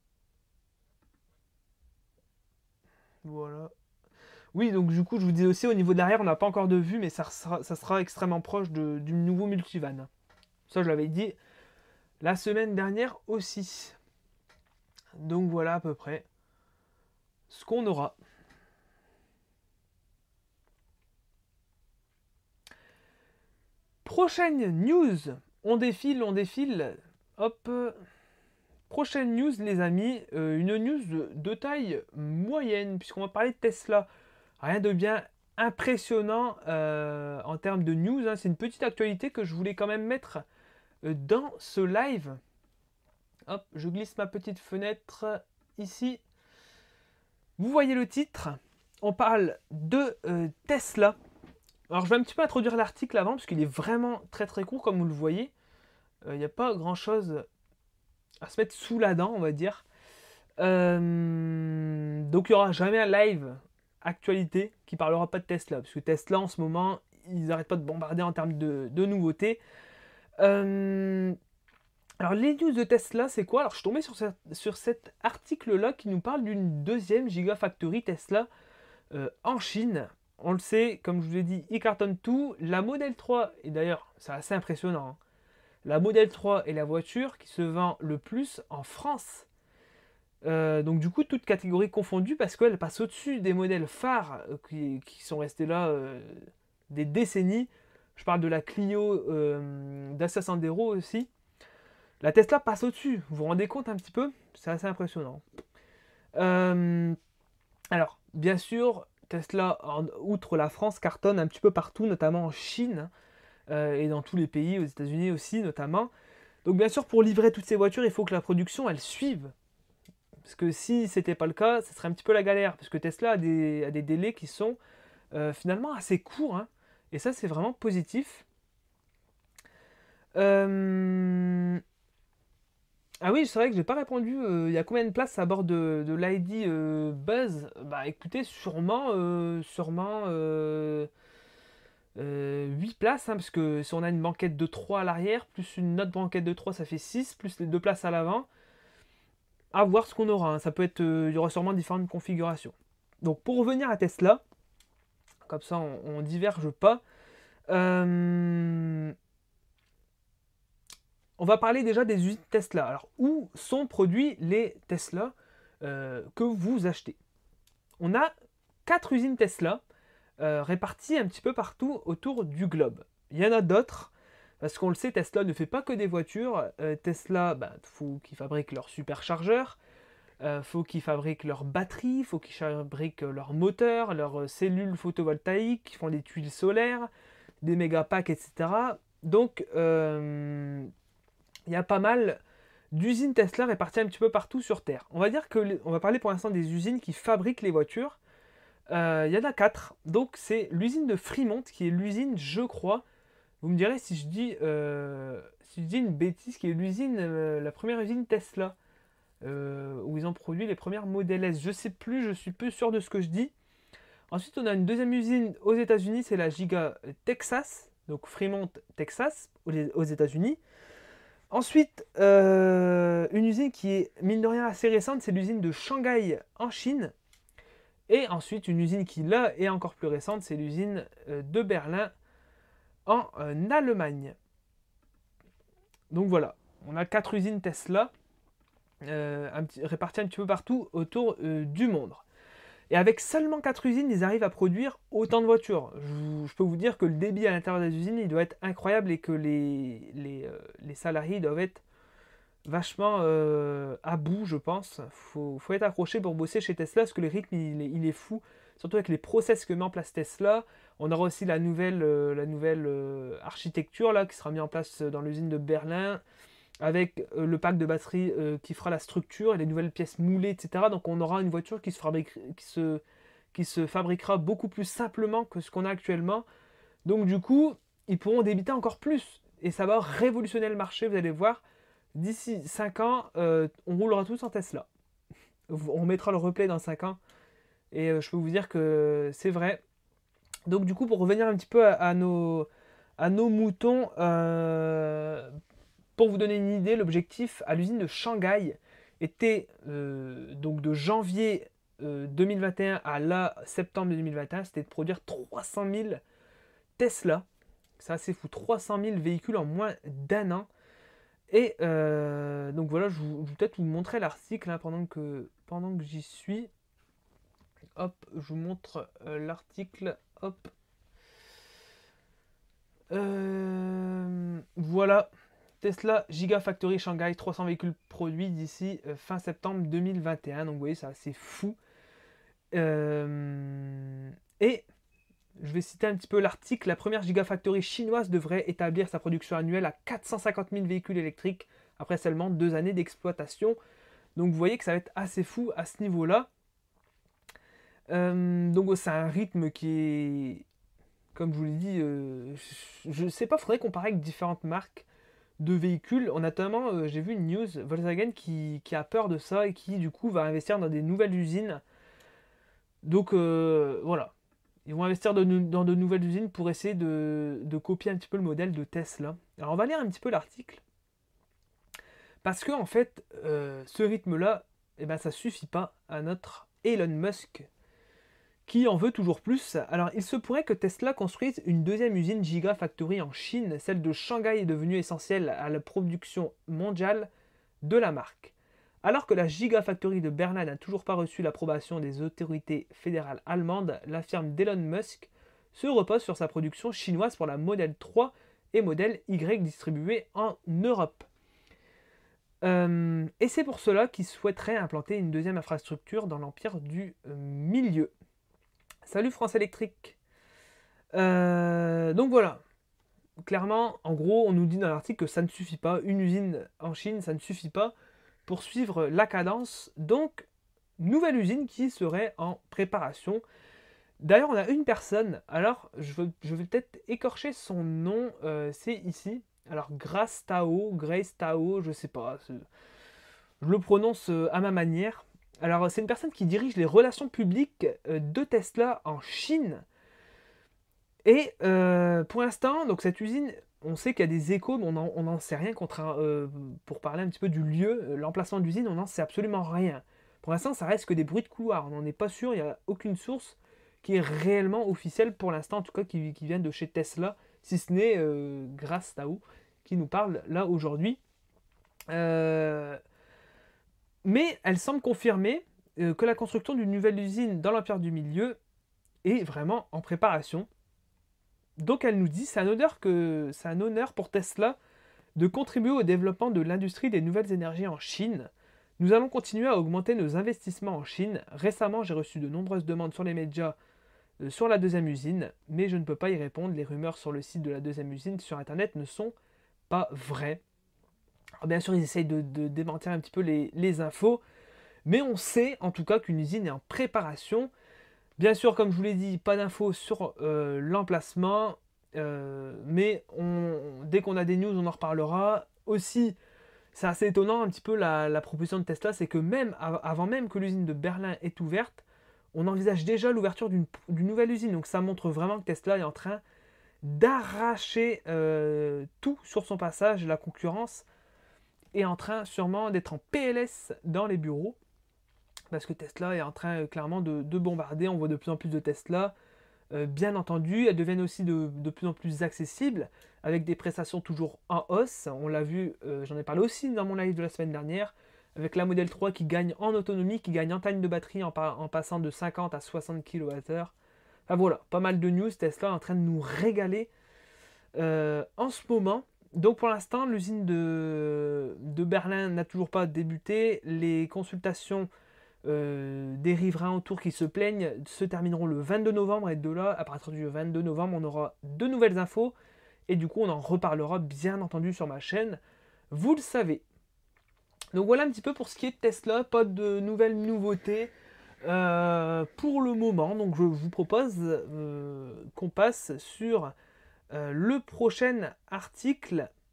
Voilà. Oui, donc du coup, je vous dis aussi, au niveau de l'arrière, on n'a pas encore de vue, mais ça sera, ça sera extrêmement proche de, du nouveau multivan. Ça, je l'avais dit la semaine dernière aussi. Donc voilà à peu près ce qu'on aura. Prochaine news. On défile, on défile. Hop. Prochaine news, les amis. Euh, une news de, de taille moyenne, puisqu'on va parler de Tesla. Rien de bien impressionnant euh, en termes de news. Hein. C'est une petite actualité que je voulais quand même mettre euh, dans ce live. Hop, je glisse ma petite fenêtre ici. Vous voyez le titre. On parle de euh, Tesla. Alors je vais un petit peu introduire l'article avant, parce qu'il est vraiment très très court, comme vous le voyez. Il euh, n'y a pas grand chose à se mettre sous la dent, on va dire. Euh, donc il n'y aura jamais un live actualité qui parlera pas de Tesla, parce que Tesla en ce moment, ils n'arrêtent pas de bombarder en termes de, de nouveautés. Euh, alors les news de Tesla, c'est quoi? Alors je suis tombé sur, cette, sur cet article-là qui nous parle d'une deuxième Gigafactory Tesla euh, en Chine. On le sait, comme je vous l'ai dit, il cartonne tout. La Model trois, et d'ailleurs c'est assez impressionnant, hein, la Model trois est la voiture qui se vend le plus en France. Euh, donc du coup, toutes catégories confondues, parce qu'elle passe au-dessus des modèles phares euh, qui, qui sont restés là euh, des décennies. Je parle de la Clio, euh, Dacia Sandero aussi. La Tesla passe au-dessus. Vous vous rendez compte un petit peu? C'est assez impressionnant. Euh, alors, bien sûr, Tesla, en, outre la France, cartonne un petit peu partout, notamment en Chine euh, et dans tous les pays, aux États-Unis aussi notamment. Donc bien sûr, pour livrer toutes ces voitures, il faut que la production, elle suive. Parce que si c'était pas le cas, ce serait un petit peu la galère. Parce que Tesla a des, a des délais qui sont euh, finalement assez courts. Hein, et ça, c'est vraiment positif. Euh... Ah oui, c'est vrai que j'ai pas répondu. Il euh, y a combien de places à bord de, de l'I D euh, Buzz? Bah écoutez, sûrement, euh, sûrement euh, euh, huit places. Hein, parce que si on a une banquette de trois à l'arrière, plus une autre banquette de trois, ça fait six, plus les deux places à l'avant. À voir ce qu'on aura. Hein. Ça peut être, euh, il y aura sûrement différentes configurations. Donc pour revenir à Tesla, comme ça on, on diverge pas. Euh, on va parler déjà des usines Tesla. Alors où sont produits les Tesla euh, que vous achetez? On a quatre usines Tesla euh, réparties un petit peu partout autour du globe. Il y en a d'autres. Parce qu'on le sait, Tesla ne fait pas que des voitures. Euh, Tesla, bah, faut qu'ils fabriquent leurs superchargeurs. Euh, faut qu'ils fabriquent leurs batteries, faut qu'ils fabriquent leurs moteurs, leurs cellules photovoltaïques, qui font des tuiles solaires, des mégapacks, et cetera. Donc, euh, il y a pas mal d'usines Tesla réparties un petit peu partout sur Terre. On va dire que, les, on va parler pour l'instant des usines qui fabriquent les voitures. Euh, il y en a quatre. Donc, c'est l'usine de Fremont, qui est l'usine, je crois, vous me direz si je dis, euh, si je dis une bêtise, qui est l'usine, euh, la première usine Tesla. Euh, où ils ont produit les premières Model S. Je sais plus, je suis peu sûr de ce que je dis. Ensuite, on a une deuxième usine aux États-Unis, c'est la Giga Texas, donc Fremont, Texas, aux États-Unis. Ensuite, euh, une usine qui est mine de rien assez récente, c'est l'usine de Shanghai en Chine. Et ensuite, une usine qui là est encore plus récente, c'est l'usine de Berlin en Allemagne. Donc voilà, on a quatre usines Tesla. Euh, un petit, répartis un petit peu partout autour euh, du monde. Et avec seulement quatre usines, ils arrivent à produire autant de voitures. Je, je peux vous dire que le débit à l'intérieur des usines, il doit être incroyable et que les, les, euh, les salariés doivent être vachement euh, à bout, je pense. Il faut, faut être accroché pour bosser chez Tesla parce que le rythme, il, il est fou. Surtout avec les process que met en place Tesla. On aura aussi la nouvelle, euh, la nouvelle euh, architecture là, qui sera mise en place dans l'usine de Berlin, avec euh, le pack de batterie euh, qui fera la structure et les nouvelles pièces moulées, et cetera. Donc on aura une voiture qui se, fabrique, qui se, qui se fabriquera beaucoup plus simplement que ce qu'on a actuellement. Donc du coup, ils pourront débiter encore plus. et ça va révolutionner le marché, vous allez voir. D'ici cinq ans, euh, on roulera tous en Tesla. On mettra le replay dans cinq ans. Et euh, je peux vous dire que c'est vrai. Donc du coup, pour revenir un petit peu à, à nos, à nos moutons, euh, pour vous donner une idée, l'objectif à l'usine de Shanghai était euh, donc de janvier euh, deux mille vingt et un à là, septembre deux mille vingt et un, c'était de produire trois cent mille Tesla. C'est assez fou, trois cent mille véhicules en moins d'un an. Et euh, donc voilà, je, vous, je vais peut-être vous montrer l'article hein, pendant que, pendant que j'y suis. Hop, je vous montre euh, l'article. Hop. Euh, voilà. Tesla Gigafactory Shanghai, trois cents véhicules produits d'ici euh, fin septembre deux mille vingt et un. Donc vous voyez, c'est assez fou. Euh, et je vais citer un petit peu l'article. La première Gigafactory chinoise devrait établir sa production annuelle à quatre cent cinquante mille véhicules électriques après seulement deux années d'exploitation. Donc vous voyez que ça va être assez fou à ce niveau-là. Euh, donc c'est un rythme qui est, comme je vous l'ai dit, euh, je ne sais pas, il faudrait comparer avec différentes marques de véhicules. On a notamment, euh, j'ai vu une news, Volkswagen qui, qui a peur de ça et qui du coup va investir dans des nouvelles usines. Donc euh, voilà, ils vont investir de, dans de nouvelles usines pour essayer de, de copier un petit peu le modèle de Tesla. Alors on va lire un petit peu l'article. Parce que en fait, euh, ce rythme-là, eh ben, ça suffit pas à notre Elon Musk qui en veut toujours plus. Alors il se pourrait que Tesla construise une deuxième usine Gigafactory en Chine. Celle de Shanghai est devenue essentielle à la production mondiale de la marque. Alors que la Gigafactory de Berlin n'a toujours pas reçu l'approbation des autorités fédérales allemandes, la firme d'Elon Musk se repose sur sa production chinoise pour la Model trois et Model Y distribuée en Europe. Euh, et c'est pour cela qu'il souhaiterait implanter une deuxième infrastructure dans l'empire du euh, milieu. Salut France Électrique. Euh, donc voilà. Clairement, en gros, on nous dit dans l'article que ça ne suffit pas. Une usine en Chine, ça ne suffit pas pour suivre la cadence. Donc, nouvelle usine qui serait en préparation. D'ailleurs, on a une personne. Alors, je vais, je vais peut-être écorcher son nom. Euh, c'est ici. Alors, Grace Tao, Grace Tao, je sais pas. Je le prononce à ma manière. Alors, c'est une personne qui dirige les relations publiques de Tesla en Chine. Et euh, pour l'instant, donc cette usine, on sait qu'il y a des échos, mais on n'en sait rien contre un, euh, pour parler un petit peu du lieu, l'emplacement de l'usine, on n'en sait absolument rien. Pour l'instant, ça reste que des bruits de couloir. On n'en est pas sûr, il n'y a aucune source qui est réellement officielle pour l'instant, en tout cas qui, qui vient de chez Tesla, si ce n'est euh, Grace Tao, qui nous parle là aujourd'hui. Euh, Mais elle semble confirmer euh, que la construction d'une nouvelle usine dans l'Empire du Milieu est vraiment en préparation. Donc elle nous dit, c'est un honneur que c'est un honneur pour Tesla de contribuer au développement de l'industrie des nouvelles énergies en Chine. Nous allons continuer à augmenter nos investissements en Chine. Récemment, j'ai reçu de nombreuses demandes sur les médias euh, sur la deuxième usine, mais je ne peux pas y répondre. Les rumeurs sur le site de la deuxième usine sur Internet ne sont pas vraies. Alors bien sûr, ils essayent de, de démentir un petit peu les, les infos, mais on sait en tout cas qu'une usine est en préparation. Bien sûr, comme je vous l'ai dit, pas d'infos sur euh, l'emplacement, euh, mais on, dès qu'on a des news, on en reparlera. Aussi, c'est assez étonnant un petit peu la, la proposition de Tesla, c'est que même avant même que l'usine de Berlin est ouverte, on envisage déjà l'ouverture d'une nouvelle usine. Donc ça montre vraiment que Tesla est en train d'arracher euh, tout sur son passage. La concurrence est en train sûrement d'être en P L S dans les bureaux. Parce que Tesla est en train euh, clairement de, de bombarder. On voit de plus en plus de Tesla. Euh, bien entendu, elles deviennent aussi de, de plus en plus accessibles, avec des prestations toujours en hausse. On l'a vu, euh, j'en ai parlé aussi dans mon live de la semaine dernière, avec la Model trois qui gagne en autonomie, qui gagne en taille de batterie en, en passant de cinquante à soixante kilowattheures. Enfin voilà, pas mal de news. Tesla est en train de nous régaler euh, en ce moment. Donc pour l'instant, l'usine de, de Berlin n'a toujours pas débuté. Les consultations euh, des riverains autour qui se plaignent se termineront le vingt-deux novembre. Et de là, à partir du vingt-deux novembre, on aura de nouvelles infos. Et du coup, on en reparlera bien entendu sur ma chaîne. Vous le savez. Donc voilà un petit peu pour ce qui est de Tesla. Pas de nouvelles nouveautés euh, pour le moment. Donc je vous propose euh, qu'on passe sur... Euh, le prochain article,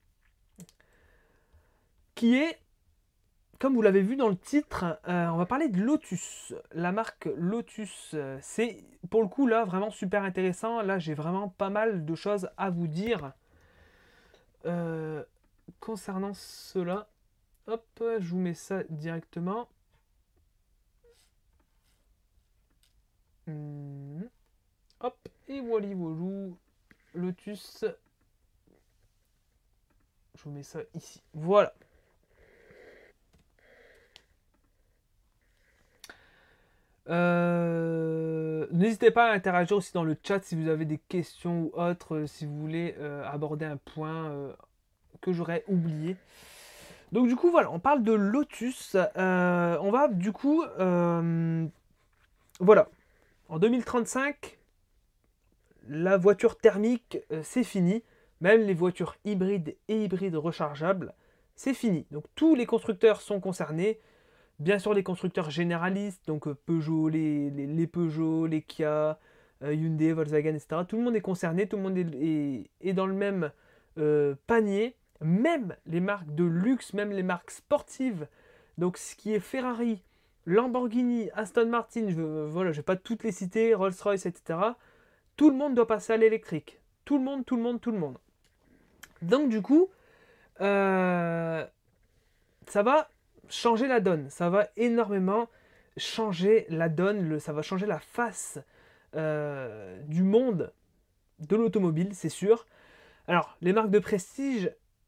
qui est, comme vous l'avez vu dans le titre, euh, on va parler de Lotus. La marque Lotus, euh, c'est pour le coup là vraiment super intéressant. Là, j'ai vraiment pas mal de choses à vous dire euh, concernant cela. Hop, je vous mets ça directement. Hum, hop, et voilà, voilà. Lotus. Je vous mets ça ici. Voilà. Euh, N'hésitez pas à interagir aussi dans le chat si vous avez des questions ou autres, euh, si vous voulez euh, aborder un point euh, que j'aurais oublié. Donc du coup voilà, on parle de Lotus. Euh, on va du coup, euh, voilà, en deux mille trente-cinq, la voiture thermique, euh, c'est fini. Même les voitures hybrides et hybrides rechargeables, c'est fini. Donc tous les constructeurs sont concernés. Bien sûr, les constructeurs généralistes, donc euh, Peugeot, les, les, les Peugeot, les Kia, euh, Hyundai, Volkswagen, et cetera. Tout le monde est concerné, tout le monde est, est, est dans le même euh, panier. Même les marques de luxe, même les marques sportives. Donc ce qui est Ferrari, Lamborghini, Aston Martin, je ne voilà, vais pas toutes les citer, Rolls-Royce, et cetera. Tout le monde doit passer à l'électrique. Tout le monde, tout le monde, tout le monde. Donc du coup, euh, ça va changer la donne. Ça va énormément changer la donne. Le, ça va changer la face euh, du monde de l'automobile, c'est sûr. Alors, les marques de prestige,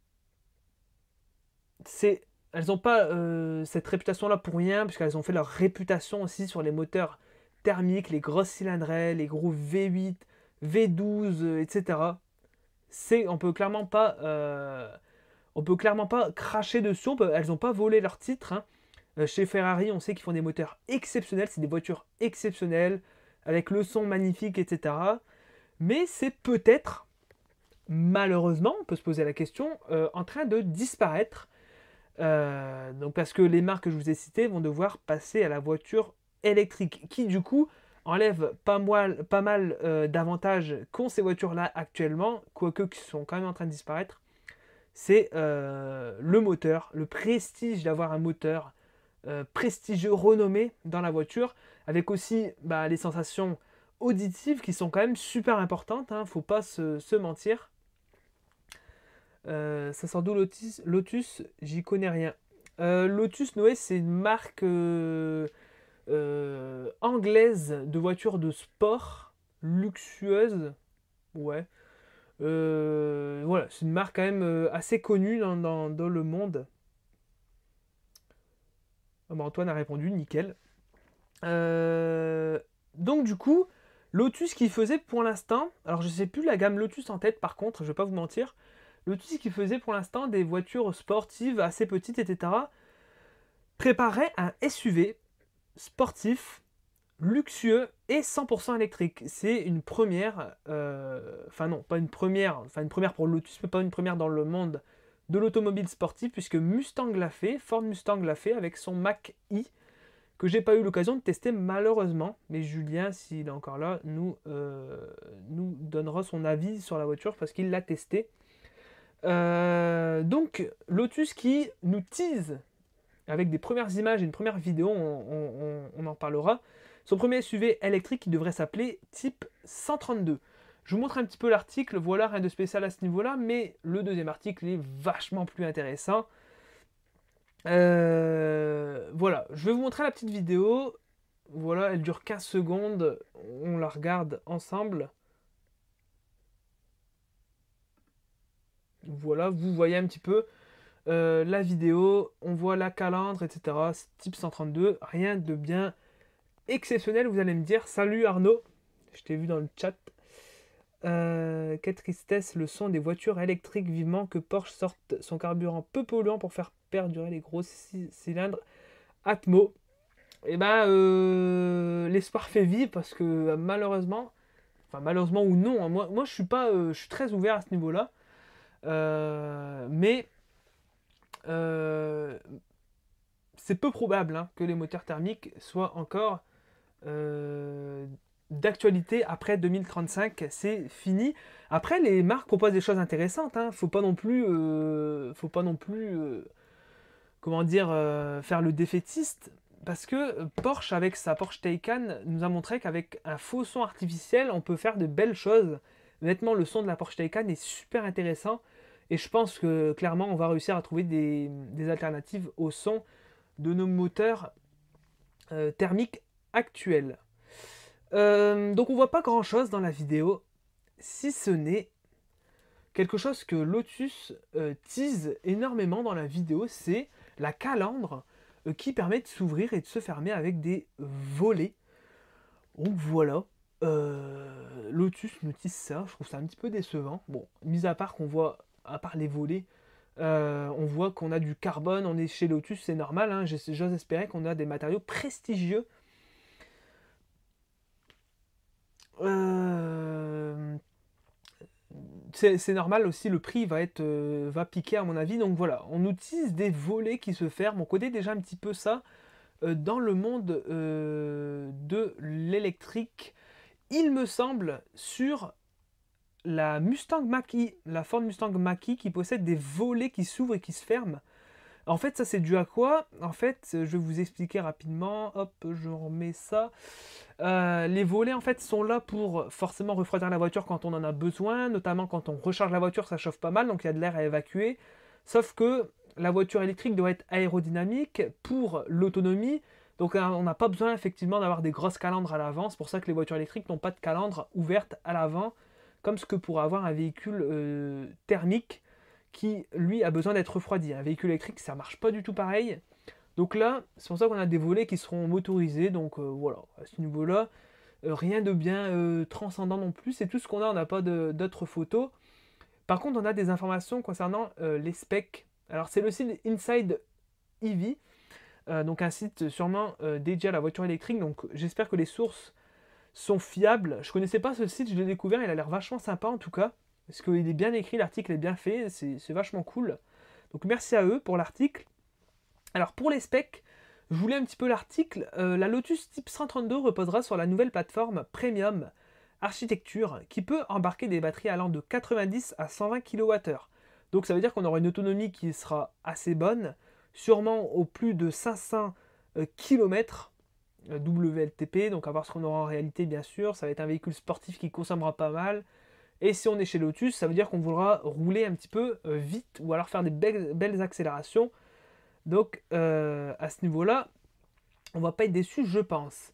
c'est, elles n'ont pas euh, cette réputation-là pour rien, puisqu'elles ont fait leur réputation aussi sur les moteurs thermiques, les grosses cylindrées, les gros V huit, V douze, euh, et cetera. C'est, on peut clairement pas, euh, on peut clairement pas cracher dessus. On peut, elles n'ont pas volé leur titre. Hein. Euh, chez Ferrari, on sait qu'ils font des moteurs exceptionnels, c'est des voitures exceptionnelles, avec le son magnifique, et cetera. Mais c'est peut-être, malheureusement, on peut se poser la question, euh, en train de disparaître. Euh, donc parce que les marques que je vous ai citées vont devoir passer à la voiture électrique, qui du coup enlève pas mal, pas mal euh, d'avantages qu'ont ces voitures-là actuellement, quoique qui sont quand même en train de disparaître. C'est euh, le moteur, le prestige d'avoir un moteur euh, prestigieux, renommé dans la voiture, avec aussi bah, les sensations auditives qui sont quand même super importantes, hein, faut pas se, se mentir. Euh, ça sort d'où Lotus, Lotus, j'y connais rien. Euh, Lotus, Noé, c'est une marque euh, euh, anglaise de voitures de sport, luxueuse. Ouais. Euh, voilà, c'est une marque quand même euh, assez connue dans, dans, dans le monde. Ah bah, Antoine a répondu, nickel. Euh, donc du coup, Lotus qui faisait pour l'instant, alors je sais plus la gamme Lotus en tête par contre, je vais pas vous mentir, Lotus qui faisait pour l'instant des voitures sportives assez petites, et cetera, préparait un S U V sportif, luxueux et cent pour cent électrique. C'est une première, euh, enfin non, pas une première, enfin une première pour Lotus, mais pas une première dans le monde de l'automobile sportive, puisque Mustang l'a fait, Ford Mustang l'a fait avec son Mach-E, que j'ai pas eu l'occasion de tester malheureusement, mais Julien, s'il est encore là, nous, euh, nous donnera son avis sur la voiture parce qu'il l'a testé. Euh, donc Lotus qui nous tease avec des premières images et une première vidéo, on, on, on en parlera. Son premier S U V électrique qui devrait s'appeler Type cent trente-deux. Je vous montre un petit peu l'article, voilà, rien de spécial à ce niveau-là, mais le deuxième article est vachement plus intéressant. Euh, voilà, je vais vous montrer la petite vidéo. Voilà, elle dure quinze secondes. On la regarde ensemble. Voilà, vous voyez un petit peu euh, la vidéo. On voit la calandre, et cetera. Type cent trente-deux. Rien de bien exceptionnel, vous allez me dire. Salut Arnaud, je t'ai vu dans le chat. Euh, quelle tristesse, le son des voitures électriques, vivement que Porsche sorte son carburant peu polluant pour faire perdurer les gros cylindres Atmo. Et ben euh, l'espoir fait vivre parce que malheureusement, enfin malheureusement ou non, hein, moi, moi je suis pas, euh, je suis très ouvert à ce niveau-là, euh, mais euh, c'est peu probable hein, que les moteurs thermiques soient encore euh, d'actualité après deux mille trente-cinq, c'est fini. Après, les marques proposent des choses intéressantes. Hein. Faut pas non plus, euh, faut pas non plus euh, comment dire, euh, faire le défaitiste, parce que Porsche, avec sa Porsche Taycan, nous a montré qu'avec un faux son artificiel, on peut faire de belles choses. Honnêtement, le son de la Porsche Taycan est super intéressant, et je pense que clairement, on va réussir à trouver des, des alternatives au son de nos moteurs euh, thermiques actuels. Euh, donc on voit pas grand chose dans la vidéo, si ce n'est quelque chose que Lotus euh, tease énormément dans la vidéo, c'est la calandre euh, qui permet de s'ouvrir et de se fermer avec des volets. Donc voilà, euh, Lotus nous tease ça, je trouve ça un petit peu décevant. Bon, mis à part qu'on voit, à part les volets, euh, on voit qu'on a du carbone, on est chez Lotus, c'est normal, hein, j'ose espérer qu'on a des matériaux prestigieux. Euh, c'est normal aussi, le prix va être euh, va piquer à mon avis. Donc voilà, on utilise des volets qui se ferment. On connaît déjà un petit peu ça euh, dans le monde euh, de l'électrique. Il me semble sur la Mustang Mach-E, la Ford Mustang Mach-E qui possède des volets qui s'ouvrent et qui se ferment. En fait, ça c'est dû à quoi? En fait, je vais vous expliquer rapidement. Hop, je remets ça. Euh, les volets en fait sont là pour forcément refroidir la voiture quand on en a besoin, notamment quand on recharge la voiture, ça chauffe pas mal, donc il y a de l'air à évacuer. Sauf que la voiture électrique doit être aérodynamique pour l'autonomie, donc on n'a pas besoin effectivement d'avoir des grosses calandres à l'avant. C'est pour ça que les voitures électriques n'ont pas de calandre ouverte à l'avant, comme ce que pourrait avoir un véhicule euh, thermique qui lui a besoin d'être refroidi. Un véhicule électrique ça marche pas du tout pareil. Donc là, c'est pour ça qu'on a des volets qui seront motorisés. Donc euh, voilà, à ce niveau-là, euh, rien de bien euh, transcendant non plus. C'est tout ce qu'on a, on n'a pas d'autres photos. Par contre, on a des informations concernant euh, les specs. Alors c'est le site Inside E V, euh, donc un site sûrement euh, dédié à la voiture électrique. Donc j'espère que les sources sont fiables. Je connaissais pas ce site, je l'ai découvert, il a l'air vachement sympa en tout cas. Parce qu'il est bien écrit, l'article est bien fait, c'est vachement cool. Donc merci à eux pour l'article. Alors pour les specs, je voulais un petit peu l'article. Euh, la Lotus Type cent trente-deux reposera sur la nouvelle plateforme Premium Architecture qui peut embarquer des batteries allant de quatre-vingt-dix à cent vingt kilowattheures. Donc ça veut dire qu'on aura une autonomie qui sera assez bonne, sûrement au plus de cinq cents kilomètres W L T P, donc à voir ce qu'on aura en réalité bien sûr. Ça va être un véhicule sportif qui consommera pas mal. Et si on est chez Lotus, ça veut dire qu'on voudra rouler un petit peu euh, vite ou alors faire des belles, belles accélérations. Donc euh, à ce niveau-là, on va pas être déçu, je pense.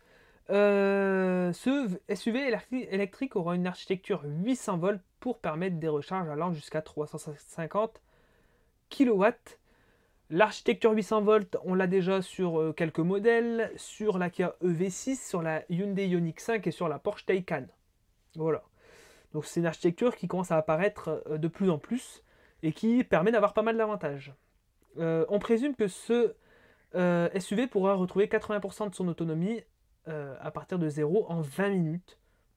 Euh, ce S U V électrique aura une architecture huit cents volts pour permettre des recharges allant jusqu'à trois cent cinquante kilowatts. L'architecture huit cents volts, on l'a déjà sur euh, quelques modèles, sur la Kia E V six, sur la Hyundai Ioniq cinq et sur la Porsche Taycan. Voilà. Donc c'est une architecture qui commence à apparaître de plus en plus et qui permet d'avoir pas mal d'avantages. Euh, on présume que ce euh, S U V pourra retrouver quatre-vingts pour cent de son autonomie euh, à partir de zéro en vingt minutes.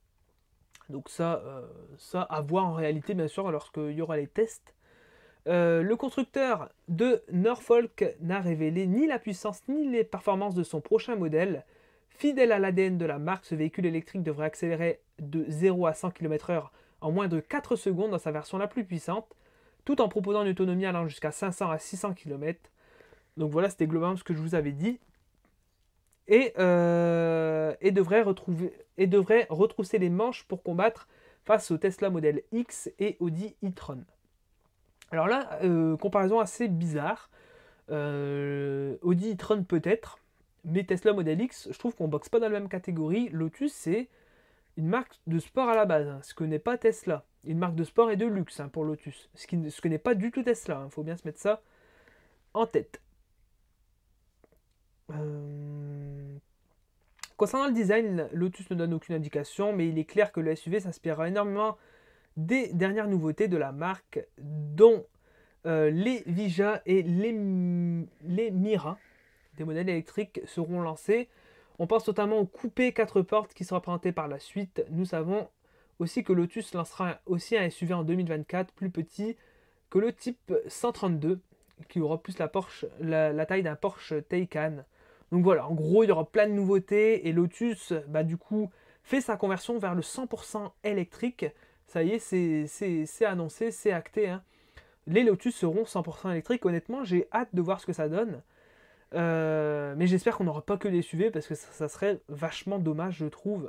Donc ça, euh, ça à voir en réalité bien sûr lorsqu'il y aura les tests. Euh, le constructeur de Norfolk n'a révélé ni la puissance ni les performances de son prochain modèle. Fidèle à l'A D N de la marque, ce véhicule électrique devrait accélérer de zéro à cent kilomètres heure en moins de quatre secondes dans sa version la plus puissante, tout en proposant une autonomie allant jusqu'à cinq cents à six cents kilomètres. Donc voilà, c'était globalement ce que je vous avais dit. Et, euh, et, devrait retrouver, et devrait retrousser les manches pour combattre face au Tesla Model X et Audi e-tron. Alors là, euh, comparaison assez bizarre. Euh, Audi e-tron peut-être, mais Tesla Model X, je trouve qu'on ne boxe pas dans la même catégorie. Lotus, c'est une marque de sport à la base, hein, ce que n'est pas Tesla. Une marque de sport et de luxe hein, pour Lotus, ce, qui, ce que n'est pas du tout Tesla. Il hein, faut bien se mettre ça en tête. Euh... Concernant le design, Lotus ne donne aucune indication, mais il est clair que le S U V s'inspirera énormément des dernières nouveautés de la marque, dont euh, les Vija et les, les Mira. Des modèles électriques seront lancés. On pense notamment au coupé quatre portes qui sera présenté par la suite. Nous savons aussi que Lotus lancera aussi un S U V en deux mille vingt-quatre, plus petit que le type cent trente-deux, qui aura plus la, Porsche, la, la taille d'un Porsche Taycan. Donc voilà, en gros, il y aura plein de nouveautés et Lotus, bah, du coup, fait sa conversion vers le cent pour cent électrique. Ça y est, c'est annoncé, c'est acté. Hein. les Lotus seront cent pour cent électriques. Honnêtement, j'ai hâte de voir ce que ça donne. Euh, mais j'espère qu'on n'aura pas que des S U V parce que ça, ça serait vachement dommage, je trouve.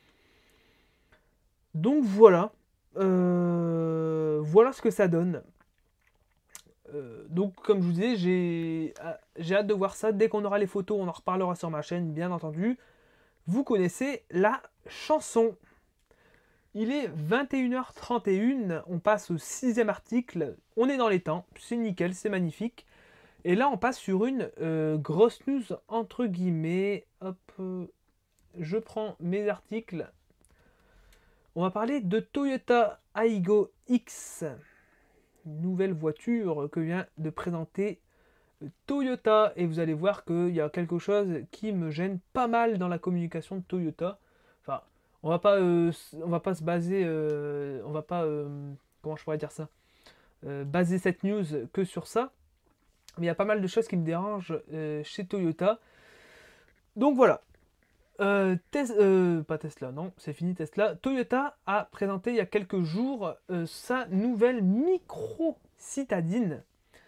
Donc voilà. Euh, voilà ce que ça donne. Euh, donc comme je vous disais, j'ai j'ai hâte de voir ça. Dès qu'on aura les photos, on en reparlera sur ma chaîne, bien entendu. Vous connaissez la chanson. Il est vingt et une heures trente et un, on passe au sixième article, on est dans les temps, c'est nickel, c'est magnifique. Et là on passe sur une euh, grosse news entre guillemets. Hop, euh, je prends mes articles. On va parler de Toyota Aygo X, une nouvelle voiture que vient de présenter Toyota. Et vous allez voir qu'il y a quelque chose qui me gêne pas mal dans la communication de Toyota. Enfin, on va pas, euh, on va pas se baser, euh, on va pas, euh, comment je pourrais dire ça, euh, baser cette news que sur ça. Mais il y a pas mal de choses qui me dérangent euh, chez Toyota. Donc voilà. Euh, Tes euh, pas Tesla, non, c'est fini Tesla. Toyota a présenté il y a quelques jours euh, sa nouvelle micro citadine,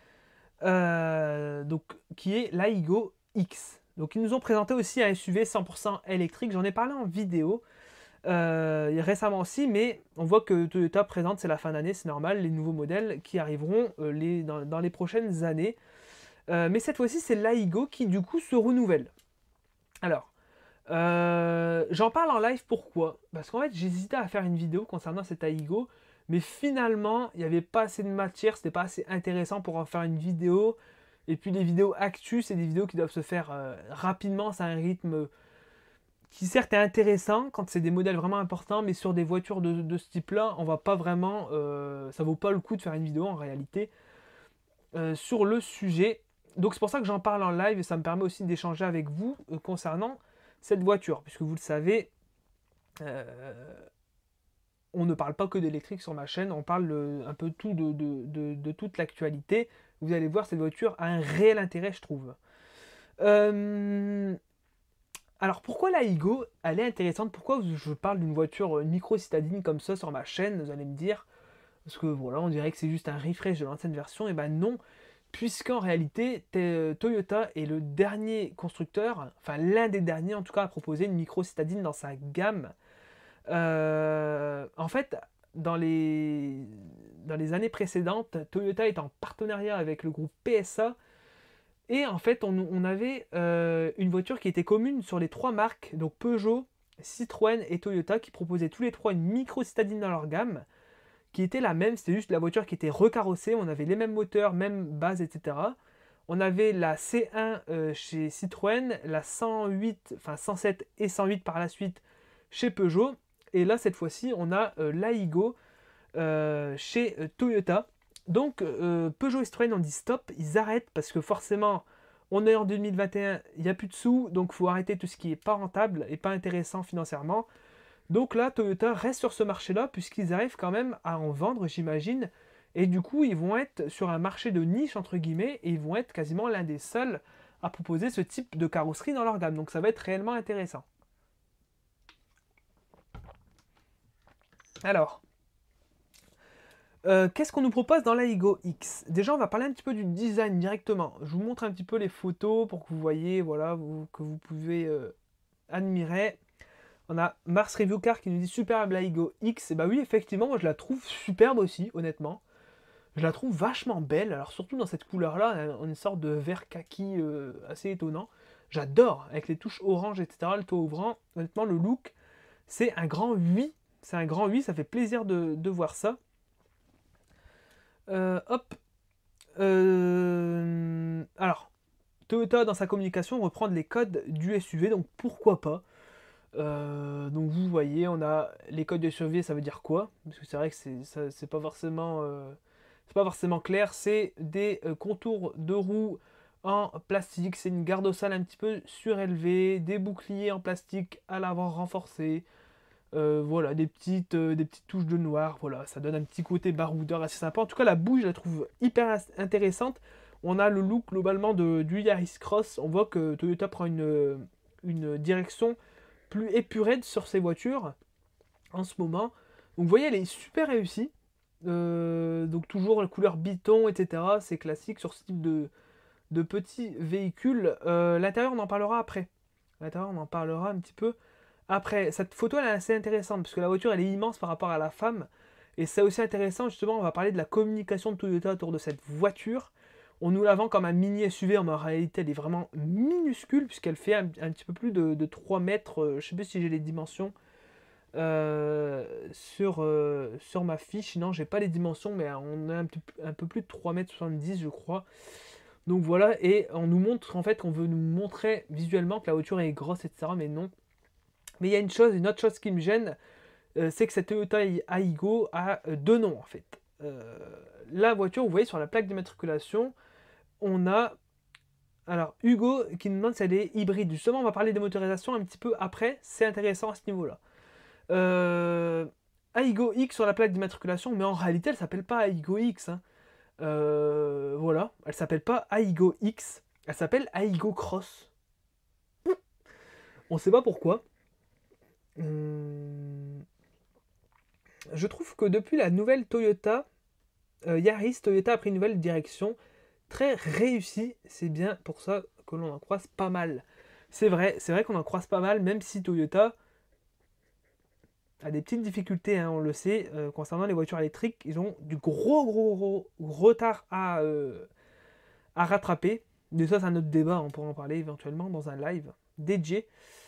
euh, donc qui est l'Aygo X. Donc ils nous ont présenté aussi un S U V cent pour cent électrique. J'en ai parlé en vidéo euh, récemment aussi, mais on voit que Toyota présente, c'est la fin d'année, c'est normal, les nouveaux modèles qui arriveront euh, les, dans, dans les prochaines années. Euh, mais cette fois-ci, c'est l'Aygo qui du coup se renouvelle. Alors. Euh, j'en parle en live, pourquoi? Parce qu'en fait j'hésitais à faire une vidéo concernant cet Aygo, mais finalement il n'y avait pas assez de matière, c'était pas assez intéressant pour en faire une vidéo. Et puis les vidéos actu, c'est des vidéos qui doivent se faire euh, rapidement, c'est un rythme qui certes est intéressant quand c'est des modèles vraiment importants, mais sur des voitures de, de ce type là, on va pas vraiment, euh, ça vaut pas le coup de faire une vidéo en réalité euh, sur le sujet. Donc c'est pour ça que j'en parle en live et ça me permet aussi d'échanger avec vous euh, concernant cette voiture, puisque vous le savez, euh, on ne parle pas que d'électrique sur ma chaîne, on parle de, un peu tout de, de, de, de toute l'actualité. Vous allez voir, cette voiture a un réel intérêt, je trouve. Euh, alors pourquoi la Aygo, elle est intéressante? Pourquoi je parle d'une voiture micro-citadine comme ça sur ma chaîne? Vous allez me dire, parce que voilà, on dirait que c'est juste un refresh de l'ancienne version. Et ben non, puisqu'en réalité, Toyota est le dernier constructeur, enfin l'un des derniers en tout cas, à proposer une micro-citadine dans sa gamme. Euh, en fait, dans les, dans les années précédentes, Toyota est en partenariat avec le groupe P S A. Et en fait, on, on avait euh, une voiture qui était commune sur les trois marques, donc Peugeot, Citroën et Toyota, qui proposaient tous les trois une micro-citadine dans leur gamme, qui était la même, c'était juste la voiture qui était recarrossée, on avait les mêmes moteurs, même base, et cetera. On avait la C un euh, chez Citroën, la cent huit, enfin cent sept et cent huit par la suite chez Peugeot, et là cette fois-ci on a euh, l'Aygo euh, chez euh, Toyota. Donc euh, Peugeot et Citroën ont dit stop, ils arrêtent parce que forcément on est en deux mille vingt et un, il n'y a plus de sous, donc il faut arrêter tout ce qui n'est pas rentable et pas intéressant financièrement. Donc là, Toyota reste sur ce marché-là, puisqu'ils arrivent quand même à en vendre, j'imagine. Et du coup, ils vont être sur un marché de niche, entre guillemets, et ils vont être quasiment l'un des seuls à proposer ce type de carrosserie dans leur gamme. Donc ça va être réellement intéressant. Alors, euh, qu'est-ce qu'on nous propose dans l'Aygo X? Déjà, on va parler un petit peu du design directement. Je vous montre un petit peu les photos pour que vous voyez, voilà, vous, que vous pouvez euh, admirer. On a Mars Review Car qui nous dit superbe l'Aygo X. Et bah oui, effectivement, moi je la trouve superbe aussi, honnêtement. Je la trouve vachement belle, alors surtout dans cette couleur-là, une sorte de vert kaki euh, assez étonnant. J'adore, avec les touches orange, et cetera, le toit ouvrant. Honnêtement, le look, c'est un grand oui. C'est un grand oui, ça fait plaisir de, de voir ça. Euh, hop. Euh, alors, Toyota, dans sa communication, reprend les codes du S U V, donc pourquoi pas. Euh, donc vous voyez, on a les codes de S U V, ça veut dire quoi? Parce que c'est vrai que c'est pas forcément euh, c'est pas forcément clair. C'est des euh, contours de roues en plastique, c'est une garde au sol un petit peu surélevée, des boucliers en plastique à l'avant renforcés, euh, voilà, des petites, euh, des petites touches de noir, voilà, ça donne un petit côté baroudeur assez sympa. En tout cas, la bouche, je la trouve hyper intéressante. On a le look globalement de, du Yaris Cross. On voit que Toyota prend une, une direction plus épurée sur ses voitures en ce moment. Donc vous voyez, elle est super réussie. Euh, donc toujours la couleur biton, et cetera. C'est classique sur ce type de, de petits véhicules. Euh, l'intérieur, on en parlera après. L'intérieur, on en parlera un petit peu après. Cette photo, elle est assez intéressante, parce que la voiture, elle est immense par rapport à la femme. Et c'est aussi intéressant, justement, on va parler de la communication de Toyota autour de cette voiture. On nous la vend comme un mini S U V, mais en réalité, elle est vraiment minuscule, puisqu'elle fait un, un petit peu plus de, de trois mètres. Euh, je ne sais plus si j'ai les dimensions euh, sur, euh, sur ma fiche. Non, j'ai pas les dimensions, mais on a un, petit- un peu plus de trois mètres soixante-dix, je crois. Donc voilà, et on nous montre, en fait, qu'on veut nous montrer visuellement que la voiture est grosse, et cetera. Mais non. Mais il y a une chose, une autre chose qui me gêne, euh, c'est que cette Toyota Aygo a euh, deux noms, en fait. Euh, la voiture, vous voyez, sur la plaque d'immatriculation, on a alors Hugo qui nous demande si elle est hybride. Justement, on va parler des motorisations un petit peu après. C'est intéressant à ce niveau-là. Euh, Aygo X sur la plaque d'immatriculation, mais en réalité, elle s'appelle pas Aygo X. Hein. Euh, voilà, elle s'appelle pas Aygo X. Elle s'appelle Aygo Cross. On sait pas pourquoi. Hum, Je trouve que depuis la nouvelle Toyota euh, Yaris, Toyota a pris une nouvelle direction très réussie. C'est bien pour ça que l'on en croise pas mal. C'est vrai, c'est vrai qu'on en croise pas mal, même si Toyota a des petites difficultés, hein, on le sait, euh, concernant les voitures électriques. Ils ont du gros, gros, gros retard à, euh, à rattraper. Mais ça, c'est un autre débat, on pourra en parler éventuellement dans un live dédié.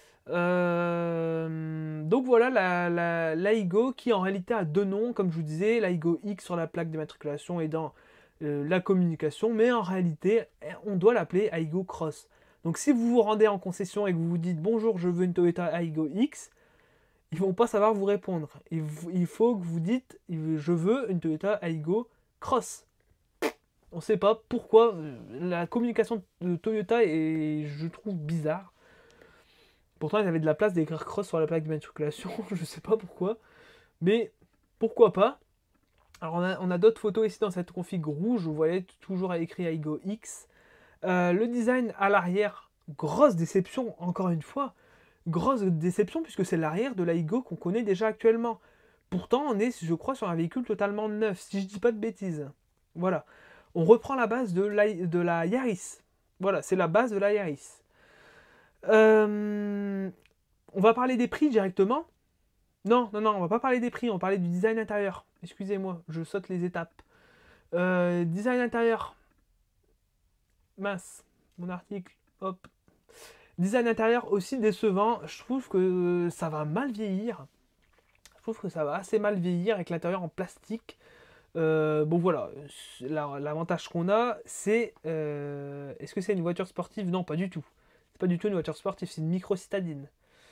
Euh, donc voilà la, la, l'Aygo qui en réalité a deux noms, comme je vous disais, l'Aygo X sur la plaque d'immatriculation et dans euh, la communication, mais en réalité on doit l'appeler Aygo Cross. Donc si vous vous rendez en concession et que vous vous dites bonjour, je veux une Toyota Aygo X, ils vont pas savoir vous répondre. Il, il faut que vous dites je veux une Toyota Aygo Cross. On ne sait pas pourquoi la communication de Toyota est, je trouve, bizarre. Pourtant, ils avaient de la place d'écrire cross sur la plaque d'immatriculation, je sais pas pourquoi. Mais pourquoi pas. Alors, on a, on a d'autres photos ici dans cette config rouge. Vous voyez toujours écrit Aygo X. Euh, le design à l'arrière, grosse déception, encore une fois. Grosse déception, puisque c'est l'arrière de l'Aygo qu'on connaît déjà actuellement. Pourtant, on est, je crois, sur un véhicule totalement neuf, si je dis pas de bêtises. Voilà. On reprend la base de la, de la Yaris. Voilà, c'est la base de la Yaris. Euh, on va parler des prix directement. Non, non, non, on va pas parler des prix, on va parler du design intérieur. Excusez-moi, je saute les étapes. Euh, design intérieur. Mince, mon article. Hop. Design intérieur aussi décevant. Je trouve que ça va mal vieillir. Je trouve que ça va assez mal vieillir avec l'intérieur en plastique. Euh, bon voilà, l'avantage qu'on a, c'est... Euh, est-ce que c'est une voiture sportive? Non, pas du tout. C'est pas du tout une voiture sportive, c'est une micro-citadine.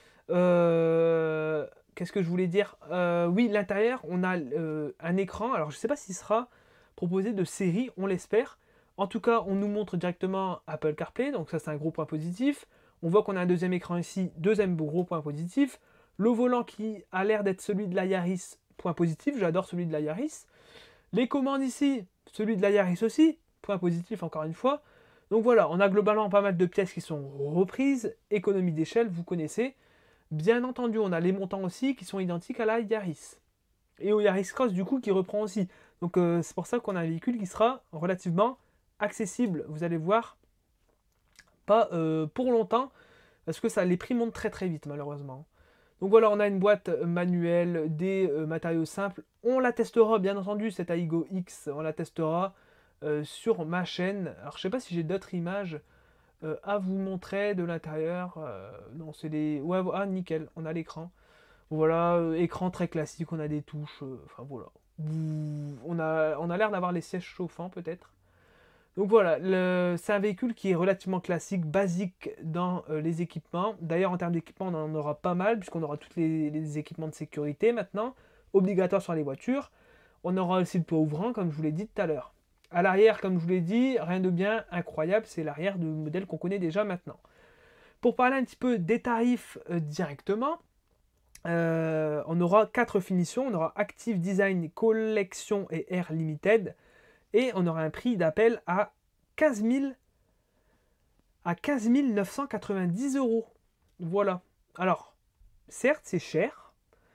Euh, Qu'est-ce que je voulais dire? Euh, Oui, l'intérieur, on a euh, un écran. Alors, je ne sais pas s'il sera proposé de série, on l'espère. En tout cas, on nous montre directement Apple CarPlay, donc ça, c'est un gros point positif. On voit qu'on a un deuxième écran ici, deuxième gros point positif. Le volant qui a l'air d'être celui de la Yaris, point positif. J'adore celui de la Yaris. Les commandes ici, celui de la Yaris aussi, point positif encore une fois. Donc voilà, on a globalement pas mal de pièces qui sont reprises. Économie d'échelle, vous connaissez. Bien entendu, on a les montants aussi qui sont identiques à la Yaris. Et au Yaris Cross, du coup, qui reprend aussi. Donc euh, c'est pour ça qu'on a un véhicule qui sera relativement accessible. Vous allez voir, pas euh, pour longtemps, parce que ça, les prix montent très très vite, malheureusement. Donc voilà, on a une boîte manuelle, des euh, matériaux simples. On la testera, bien entendu, cette Aygo X, on la testera euh, sur ma chaîne. Alors je sais pas si j'ai d'autres images euh, à vous montrer de l'intérieur. Euh, non, c'est des... Ouais, ah, nickel, on a l'écran. Voilà, euh, écran très classique, on a des touches. euh, Enfin voilà. On a, on a l'air d'avoir les sièges chauffants peut-être. Donc voilà, le- c'est un véhicule qui est relativement classique, basique dans euh, les équipements. D'ailleurs, en termes d'équipement, on en aura pas mal, puisqu'on aura tous les, les équipements de sécurité maintenant, obligatoires sur les voitures. On aura aussi le toit ouvrant, comme je vous l'ai dit tout à l'heure. À l'arrière, comme je vous l'ai dit, rien de bien incroyable, c'est l'arrière du modèle qu'on connaît déjà maintenant. Pour parler un petit peu des tarifs euh, directement, euh, on aura quatre finitions. On aura Active Design, Collection et Air Limited. Et on aura un prix d'appel à quinze mille à quinze mille neuf cent quatre-vingt-dix euros. Voilà. Alors, certes, c'est cher.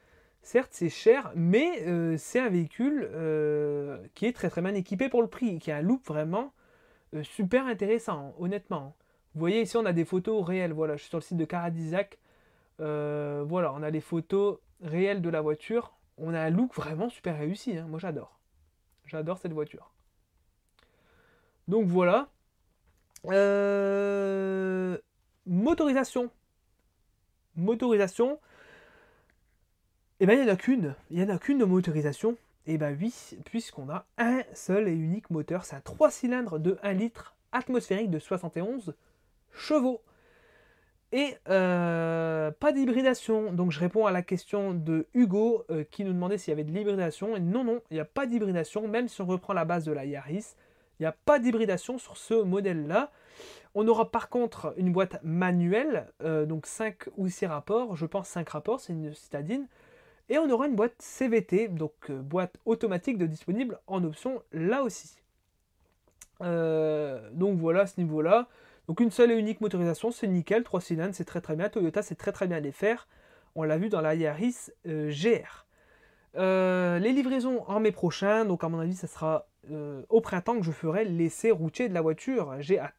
Certes, c'est cher, mais euh, c'est un véhicule euh, qui est très très bien équipé pour le prix, qui a un look vraiment euh, super intéressant, honnêtement. Vous voyez ici, on a des photos réelles. Voilà, je suis sur le site de Caradissac. Euh, voilà, on a les photos réelles de la voiture. On a un look vraiment super réussi, hein. Moi, j'adore. J'adore cette voiture. Donc voilà. Euh, Motorisation. Motorisation. Eh bien, il n'y en a qu'une. Il n'y en a qu'une de motorisation. Eh bien, oui, puisqu'on a un seul et unique moteur. C'est un trois cylindres de un litre atmosphérique de soixante et onze chevaux. Et euh, pas d'hybridation. Donc, je réponds à la question de Hugo euh, qui nous demandait s'il y avait de l'hybridation. Et non, non, il n'y a pas d'hybridation. Même si on reprend la base de la Yaris, il n'y a pas d'hybridation sur ce modèle-là. On aura par contre une boîte manuelle, euh, donc cinq ou six rapports. Je pense cinq rapports, c'est une citadine. Et on aura une boîte C V T, donc euh, boîte automatique de disponible en option là aussi. Euh, donc voilà à ce niveau-là. Donc une seule et unique motorisation, c'est nickel, trois cylindres, c'est très très bien. Toyota, c'est très très bien les faire. On l'a vu dans la Yaris euh, G R. Euh, les livraisons en mai prochain, donc à mon avis, ça sera euh, au printemps que je ferai l'essai routier de la voiture. J'ai hâte.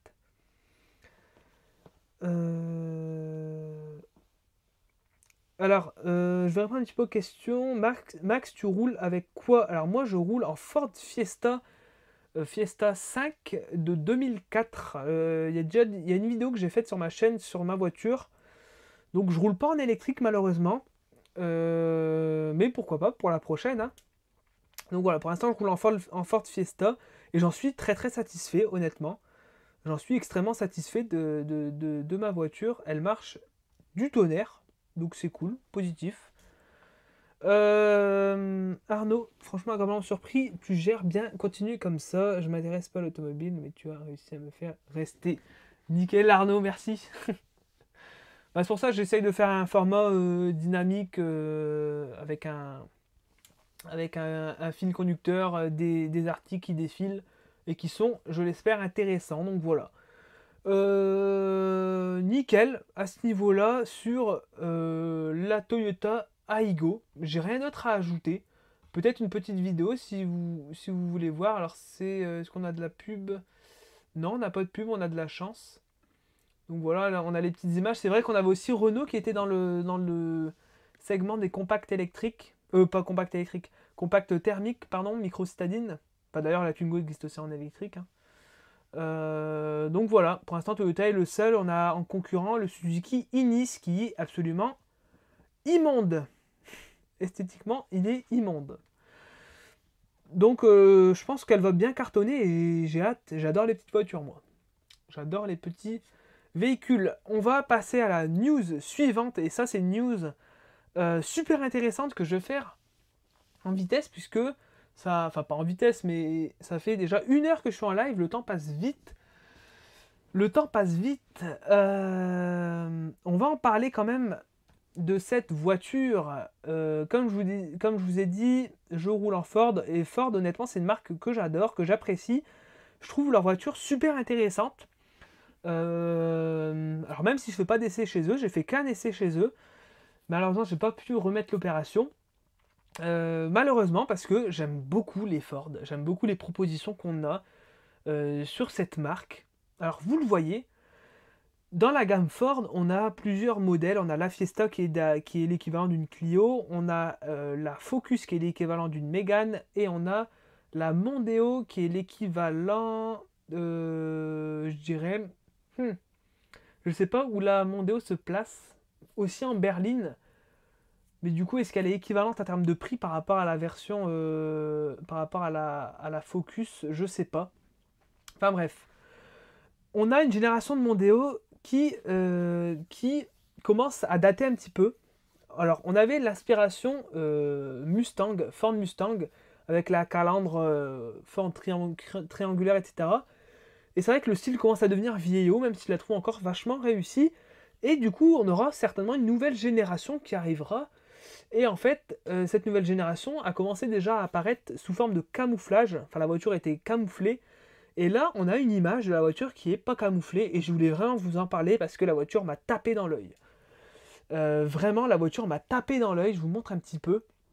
Euh... Alors, euh, je vais répondre un petit peu aux questions. Max, Max, tu roules avec quoi? Alors moi, je roule en Ford Fiesta, euh, Fiesta cinq de deux mille quatre. Euh, Il y a déjà il y a une vidéo que j'ai faite sur ma chaîne sur ma voiture. Donc je roule pas en électrique malheureusement. Euh, mais pourquoi pas pour la prochaine, hein. Donc voilà, pour l'instant, je roule en Ford, en Ford Fiesta et j'en suis très très satisfait, honnêtement. J'en suis extrêmement satisfait de, de, de, de ma voiture. Elle marche du tonnerre. Donc c'est cool, positif. Euh, Arnaud, franchement, agréablement surpris. Tu gères bien, continue comme ça. Je m'intéresse pas à l'automobile, mais tu as réussi à me faire rester. Nickel, Arnaud, merci. Bah, c'est pour ça que j'essaye de faire un format euh, dynamique euh, avec un avec un, un fil conducteur, euh, des, des articles qui défilent et qui sont, je l'espère, intéressants. Donc voilà. Euh, nickel à ce niveau-là sur euh, la Toyota Aygo. J'ai rien d'autre à ajouter. Peut-être une petite vidéo si vous, si vous voulez voir. Alors c'est euh, est-ce qu'on a de la pub? Non, on n'a pas de pub, on a de la chance. Donc voilà, là, on a les petites images. C'est vrai qu'on avait aussi Renault qui était dans le, dans le segment des compacts électriques. Euh, pas compacts électriques. Compacts thermiques, pardon, micro-citadine. Pas d'ailleurs, la Twingo existe aussi en électrique, hein. Euh, donc voilà, pour l'instant Toyota est le seul. On a en concurrent le Suzuki Ignis qui est absolument immonde. Esthétiquement, il est immonde. Donc euh, je pense qu'elle va bien cartonner et j'ai hâte. J'adore les petites voitures, moi. J'adore les petits véhicules. On va passer à la news suivante. Et ça, c'est une news euh, super intéressante que je vais faire en vitesse puisque ça, enfin pas en vitesse, mais ça fait déjà une heure que je suis en live. Le temps passe vite. Le temps passe vite. Euh, on va en parler quand même de cette voiture. Euh, comme, je vous dis, comme je vous ai dit, je roule en Ford. Et Ford, honnêtement, c'est une marque que j'adore, que j'apprécie. Je trouve leur voiture super intéressante. Euh, alors même si je ne fais pas d'essai chez eux, j'ai fait qu'un essai chez eux. Malheureusement, je n'ai pas pu remettre l'opération. Euh, malheureusement, parce que j'aime beaucoup les Ford. J'aime beaucoup les propositions qu'on a euh, sur cette marque. Alors vous le voyez, dans la gamme Ford, on a plusieurs modèles. On a la Fiesta qui est, qui est l'équivalent d'une Clio, on a euh, la Focus qui est l'équivalent d'une Mégane, et on a la Mondeo qui est l'équivalent, euh, je dirais, hmm, je ne sais pas où la Mondeo se place, aussi en berline, mais du coup, est-ce qu'elle est équivalente en termes de prix par rapport à la version, euh, par rapport à la, à la Focus, je ne sais pas. Enfin bref. On a une génération de Mondeo qui, euh, qui commence à dater un petit peu. Alors, on avait l'aspiration euh, Mustang, Ford Mustang, avec la calandre euh, Ford triang triangulaire, et cetera. Et c'est vrai que le style commence à devenir vieillot, même si je la trouve encore vachement réussi. Et du coup, on aura certainement une nouvelle génération qui arrivera. Et en fait, euh, cette nouvelle génération a commencé déjà à apparaître sous forme de camouflage. Enfin, la voiture était camouflée. Et là, on a une image de la voiture qui n'est pas camouflée, et je voulais vraiment vous en parler parce que la voiture m'a tapé dans l'œil. Euh, vraiment, la voiture m'a tapé dans l'œil, je vous montre un petit peu.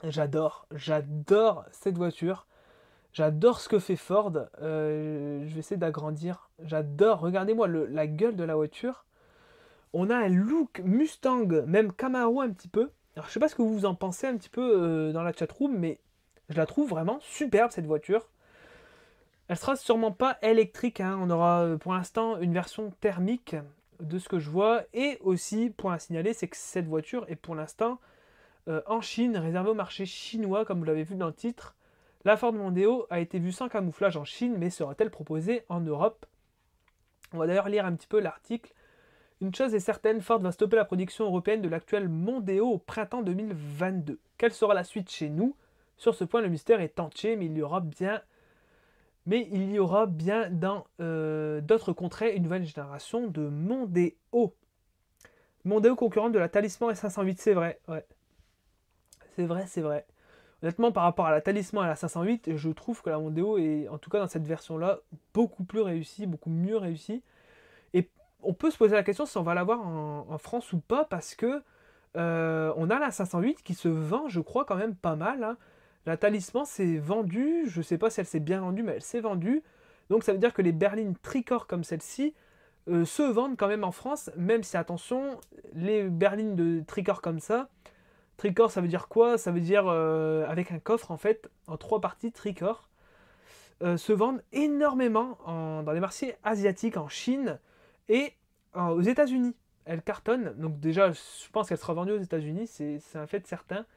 J'adore, j'adore cette voiture. J'adore ce que fait Ford. Euh, je vais essayer d'agrandir. J'adore, regardez-moi le- la gueule de la voiture. On a un look Mustang, même Camaro un petit peu. Alors je sais pas ce que vous en pensez un petit peu euh, dans la chatroom, mais je la trouve vraiment superbe cette voiture. Elle sera sûrement pas électrique, hein. On aura euh, pour l'instant une version thermique de ce que je vois. Et aussi, point à signaler, c'est que cette voiture est pour l'instant euh, en Chine, réservée au marché chinois, comme vous l'avez vu dans le titre. La Ford Mondeo a été vue sans camouflage en Chine, mais sera-t-elle proposée en Europe? On va d'ailleurs lire un petit peu l'article. Une chose est certaine, Ford va stopper la production européenne de l'actuel Mondeo au printemps deux mille vingt-deux. Quelle sera la suite chez nous? Sur ce point, le mystère est entier, mais il y aura bien, mais il y aura bien dans euh, d'autres contrées une nouvelle génération de Mondeo. Mondeo concurrente de la Talisman S cinq cent huit, c'est vrai. Ouais. C'est vrai, c'est vrai. Honnêtement, par rapport à la Talisman et à la cinq cent huit, je trouve que la Mondeo est, en tout cas dans cette version-là, beaucoup plus réussie, beaucoup mieux réussie. Et on peut se poser la question si on va l'avoir en, en France ou pas, parce que euh, on a la cinq cent huit qui se vend, je crois, quand même pas mal, hein. La Talisman s'est vendue, je sais pas si elle s'est bien vendue, mais elle s'est vendue. Donc ça veut dire que les berlines tricorps comme celle-ci euh, se vendent quand même en France, même si, attention, les berlines de tricorps comme ça, tricorps ça veut dire quoi? Ça veut dire euh, avec un coffre en fait, en trois parties tricorps, euh, se vendent énormément en- dans les marchés asiatiques, en Chine et euh, aux États-Unis. Elle cartonne, donc déjà, je pense qu'elle sera vendue aux États-Unis, c'est c'est un fait certain.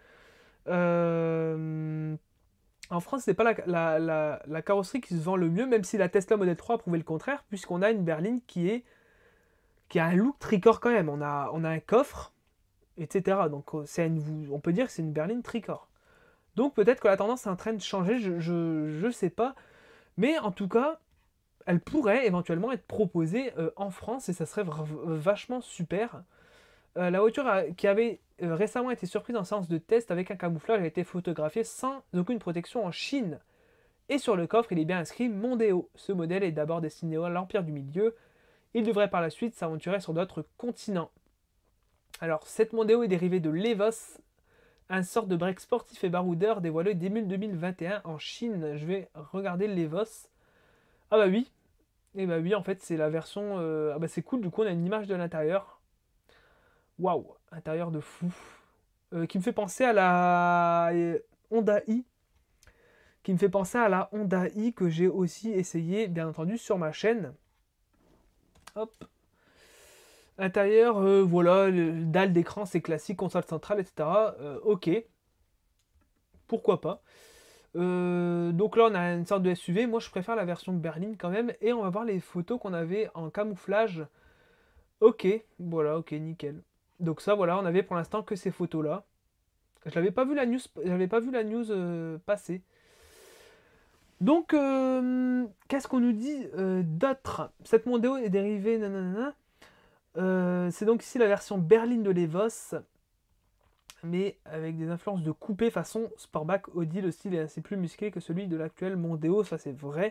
Euh, En France, c'est pas la, la- la- la carrosserie qui se vend le mieux, même si la Tesla Model trois a prouvé le contraire, puisqu'on a une berline qui est qui a un look tricorps quand même. On a, on a un coffre, et cetera. Donc euh, c'est une- on peut dire que c'est une berline tricorps. Donc peut-être que la tendance est en train de changer, je, je, je sais pas. Mais en tout cas, elle pourrait éventuellement être proposée euh, en France et ça serait vra- vachement super. Euh, la voiture a- qui avait euh, récemment été surprise en séance de test avec un camouflage a été photographiée sans aucune protection en Chine. Et sur le coffre, il est bien inscrit Mondeo. Ce modèle est d'abord destiné à l'Empire du Milieu. Il devrait par la suite s'aventurer sur d'autres continents. Alors, cette Mondeo est dérivée de l'Evos, un sort de break sportif et baroudeur dévoilé début deux mille vingt et un en Chine. Je vais regarder l'Evos. Ah bah oui, et bah oui, en fait, c'est la version. euh, Ah bah c'est cool, du coup, on a une image de l'intérieur. Waouh, intérieur de fou. Euh, qui me fait penser à la euh, Honda i. Qui me fait penser à la Honda i que j'ai aussi essayé, bien entendu, sur ma chaîne. Hop. Intérieur, euh, voilà, le dalle d'écran, c'est classique, console centrale, et cetera. Euh, ok, pourquoi pas. Euh, donc là, on a une sorte de S U V. Moi, je préfère la version berline quand même. Et on va voir les photos qu'on avait en camouflage. Ok, voilà, ok, nickel. Donc ça, voilà, on avait pour l'instant que ces photos-là. Je n'avais pas vu la news, j'avais pas vu la news euh, passer. Donc, euh, qu'est-ce qu'on nous dit euh, d'autre? Cette Mondeo est dérivée, nanana. Euh, c'est donc ici la version berline de l'Evos, mais avec des influences de coupé façon Sportback Audi. Le style est assez plus musclé que celui de l'actuel Mondeo, ça c'est vrai.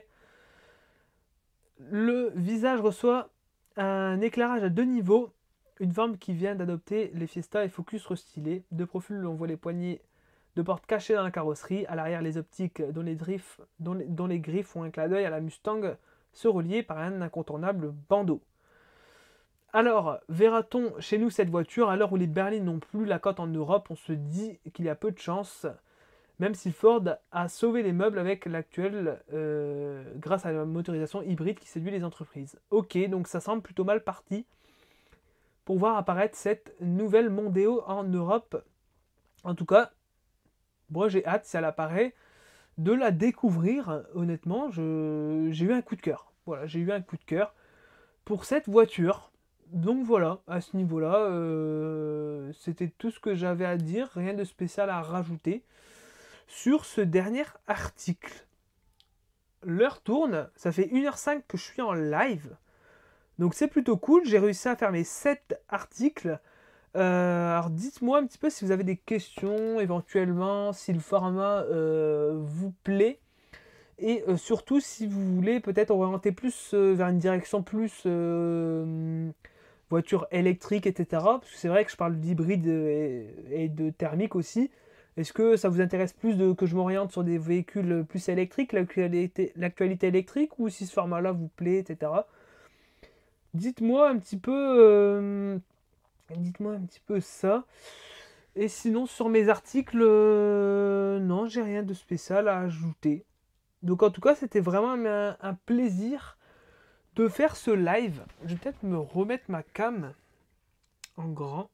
Le visage reçoit un éclairage à deux niveaux, une forme qui vient d'adopter les Fiesta et Focus restylés. De profil, on voit les poignées de porte cachées dans la carrosserie. À l'arrière, les optiques dont les, drift, dont les, dont les griffes font un clin d'œil à la Mustang se relier par un incontournable bandeau. Alors, verra-t-on chez nous cette voiture? À l'heure où les berlines n'ont plus la cote en Europe, on se dit qu'il y a peu de chance, même si Ford a sauvé les meubles avec l'actuel euh, grâce à la motorisation hybride qui séduit les entreprises. Ok, donc ça semble plutôt mal parti pour voir apparaître cette nouvelle Mondeo en Europe. En tout cas, moi j'ai hâte, si elle apparaît, de la découvrir. Honnêtement, je- j'ai eu un coup de cœur. Voilà, j'ai eu un coup de cœur pour cette voiture. Donc voilà, à ce niveau-là, euh, c'était tout ce que j'avais à dire, rien de spécial à rajouter sur ce dernier article. L'heure tourne, ça fait une heure cinq que je suis en live, donc c'est plutôt cool, j'ai réussi à faire mes sept articles. Euh, alors dites-moi un petit peu si vous avez des questions, éventuellement, si le format euh, vous plaît, et euh, surtout si vous voulez peut-être orienter plus euh, vers une direction plus... euh, voiture électrique, et cetera. Parce que c'est vrai que je parle d'hybride et, et de thermique aussi. Est-ce que ça vous intéresse plus de, que je m'oriente sur des véhicules plus électriques, l'actualité l'actualité électrique, ou si ce format-là vous plaît, et cetera. Dites-moi un petit peu, euh, dites-moi un petit peu ça. Et sinon, sur mes articles, euh, non, j'ai rien de spécial à ajouter. Donc en tout cas, c'était vraiment un, un plaisir de faire ce live. Je vais peut-être me remettre ma cam en grand.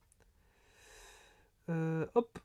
Euh, hop.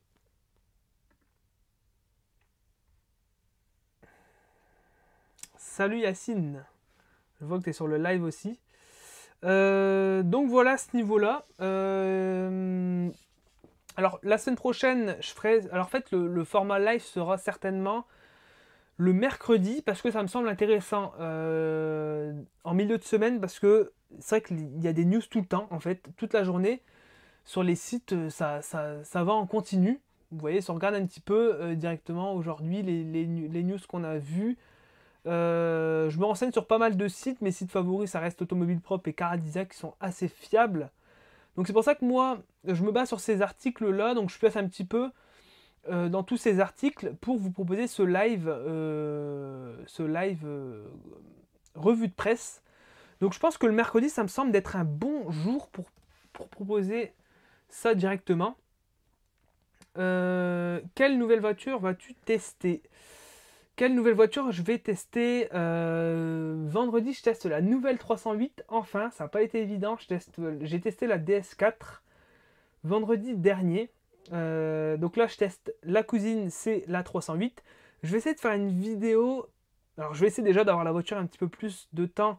Salut Yacine. Je vois que tu es sur le live aussi. Euh, donc voilà à ce niveau-là. Euh, alors la semaine prochaine, je ferai. Alors en fait, le, le format live sera certainement le mercredi parce que ça me semble intéressant euh, en milieu de semaine parce que c'est vrai qu'il y a des news tout le temps en fait, toute la journée. Sur les sites, ça, ça, ça va en continu. Vous voyez, si on regarde un petit peu euh, directement aujourd'hui les, les, les news qu'on a vues. Euh, je me renseigne sur pas mal de sites. Mes sites favoris, ça reste Automobile Propre et Caradisa qui sont assez fiables. Donc c'est pour ça que moi, je me base sur ces articles-là. Donc je place un petit peu euh, dans tous ces articles pour vous proposer ce live, euh, ce live euh, revue de presse. Donc je pense que le mercredi, ça me semble d'être un bon jour pour, pour proposer ça directement. Euh, quelle nouvelle voiture vas-tu tester? Quelle nouvelle voiture je vais tester euh, vendredi, je teste la nouvelle trois cent huit. Enfin, ça n'a pas été évident. Je teste, j'ai testé la D S quatre vendredi dernier. Euh, donc là, je teste la cousine, c'est la trois cent huit. Je vais essayer de faire une vidéo. Alors, je vais essayer déjà d'avoir la voiture un petit peu plus de temps.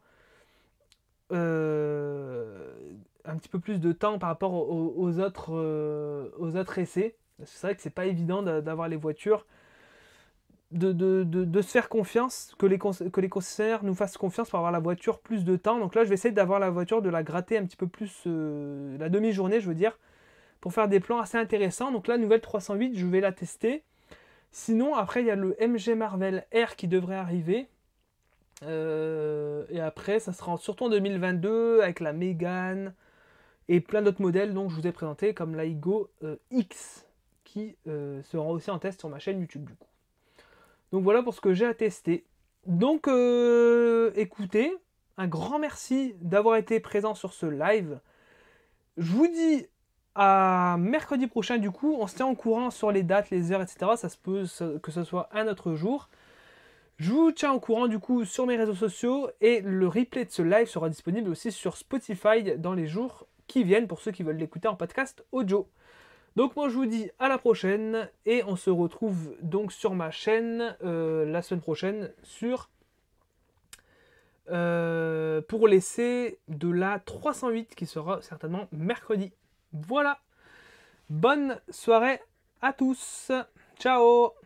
Euh, un petit peu plus de temps par rapport aux, aux autres, euh, aux autres essais. C'est vrai que c'est pas évident d'avoir les voitures. De, de, de, de se faire confiance, que les, que les concessionnaires nous fassent confiance pour avoir la voiture plus de temps. Donc là, je vais essayer d'avoir la voiture, de la gratter un petit peu plus, euh, la demi-journée, je veux dire, pour faire des plans assez intéressants. Donc la nouvelle trois cent huit, je vais la tester. Sinon, après, il y a le M G Marvel R qui devrait arriver. Euh, et après, ça sera surtout en deux mille vingt-deux, avec la Mégane et plein d'autres modèles. Donc je vous ai présenté, comme l'Aigo euh, X, qui euh, sera aussi en test sur ma chaîne YouTube, du coup. Donc voilà pour ce que j'ai à tester. Donc euh, écoutez, un grand merci d'avoir été présent sur ce live. Je vous dis à mercredi prochain du coup. On se tient au courant sur les dates, les heures, et cetera. Ça se peut que ce soit un autre jour. Je vous tiens au courant du coup sur mes réseaux sociaux. Et le replay de ce live sera disponible aussi sur Spotify dans les jours qui viennent pour ceux qui veulent l'écouter en podcast audio. Donc moi je vous dis à la prochaine et on se retrouve donc sur ma chaîne euh, la semaine prochaine sur euh, pour l'essai de la trois cent huit qui sera certainement mercredi. Voilà, bonne soirée à tous, ciao.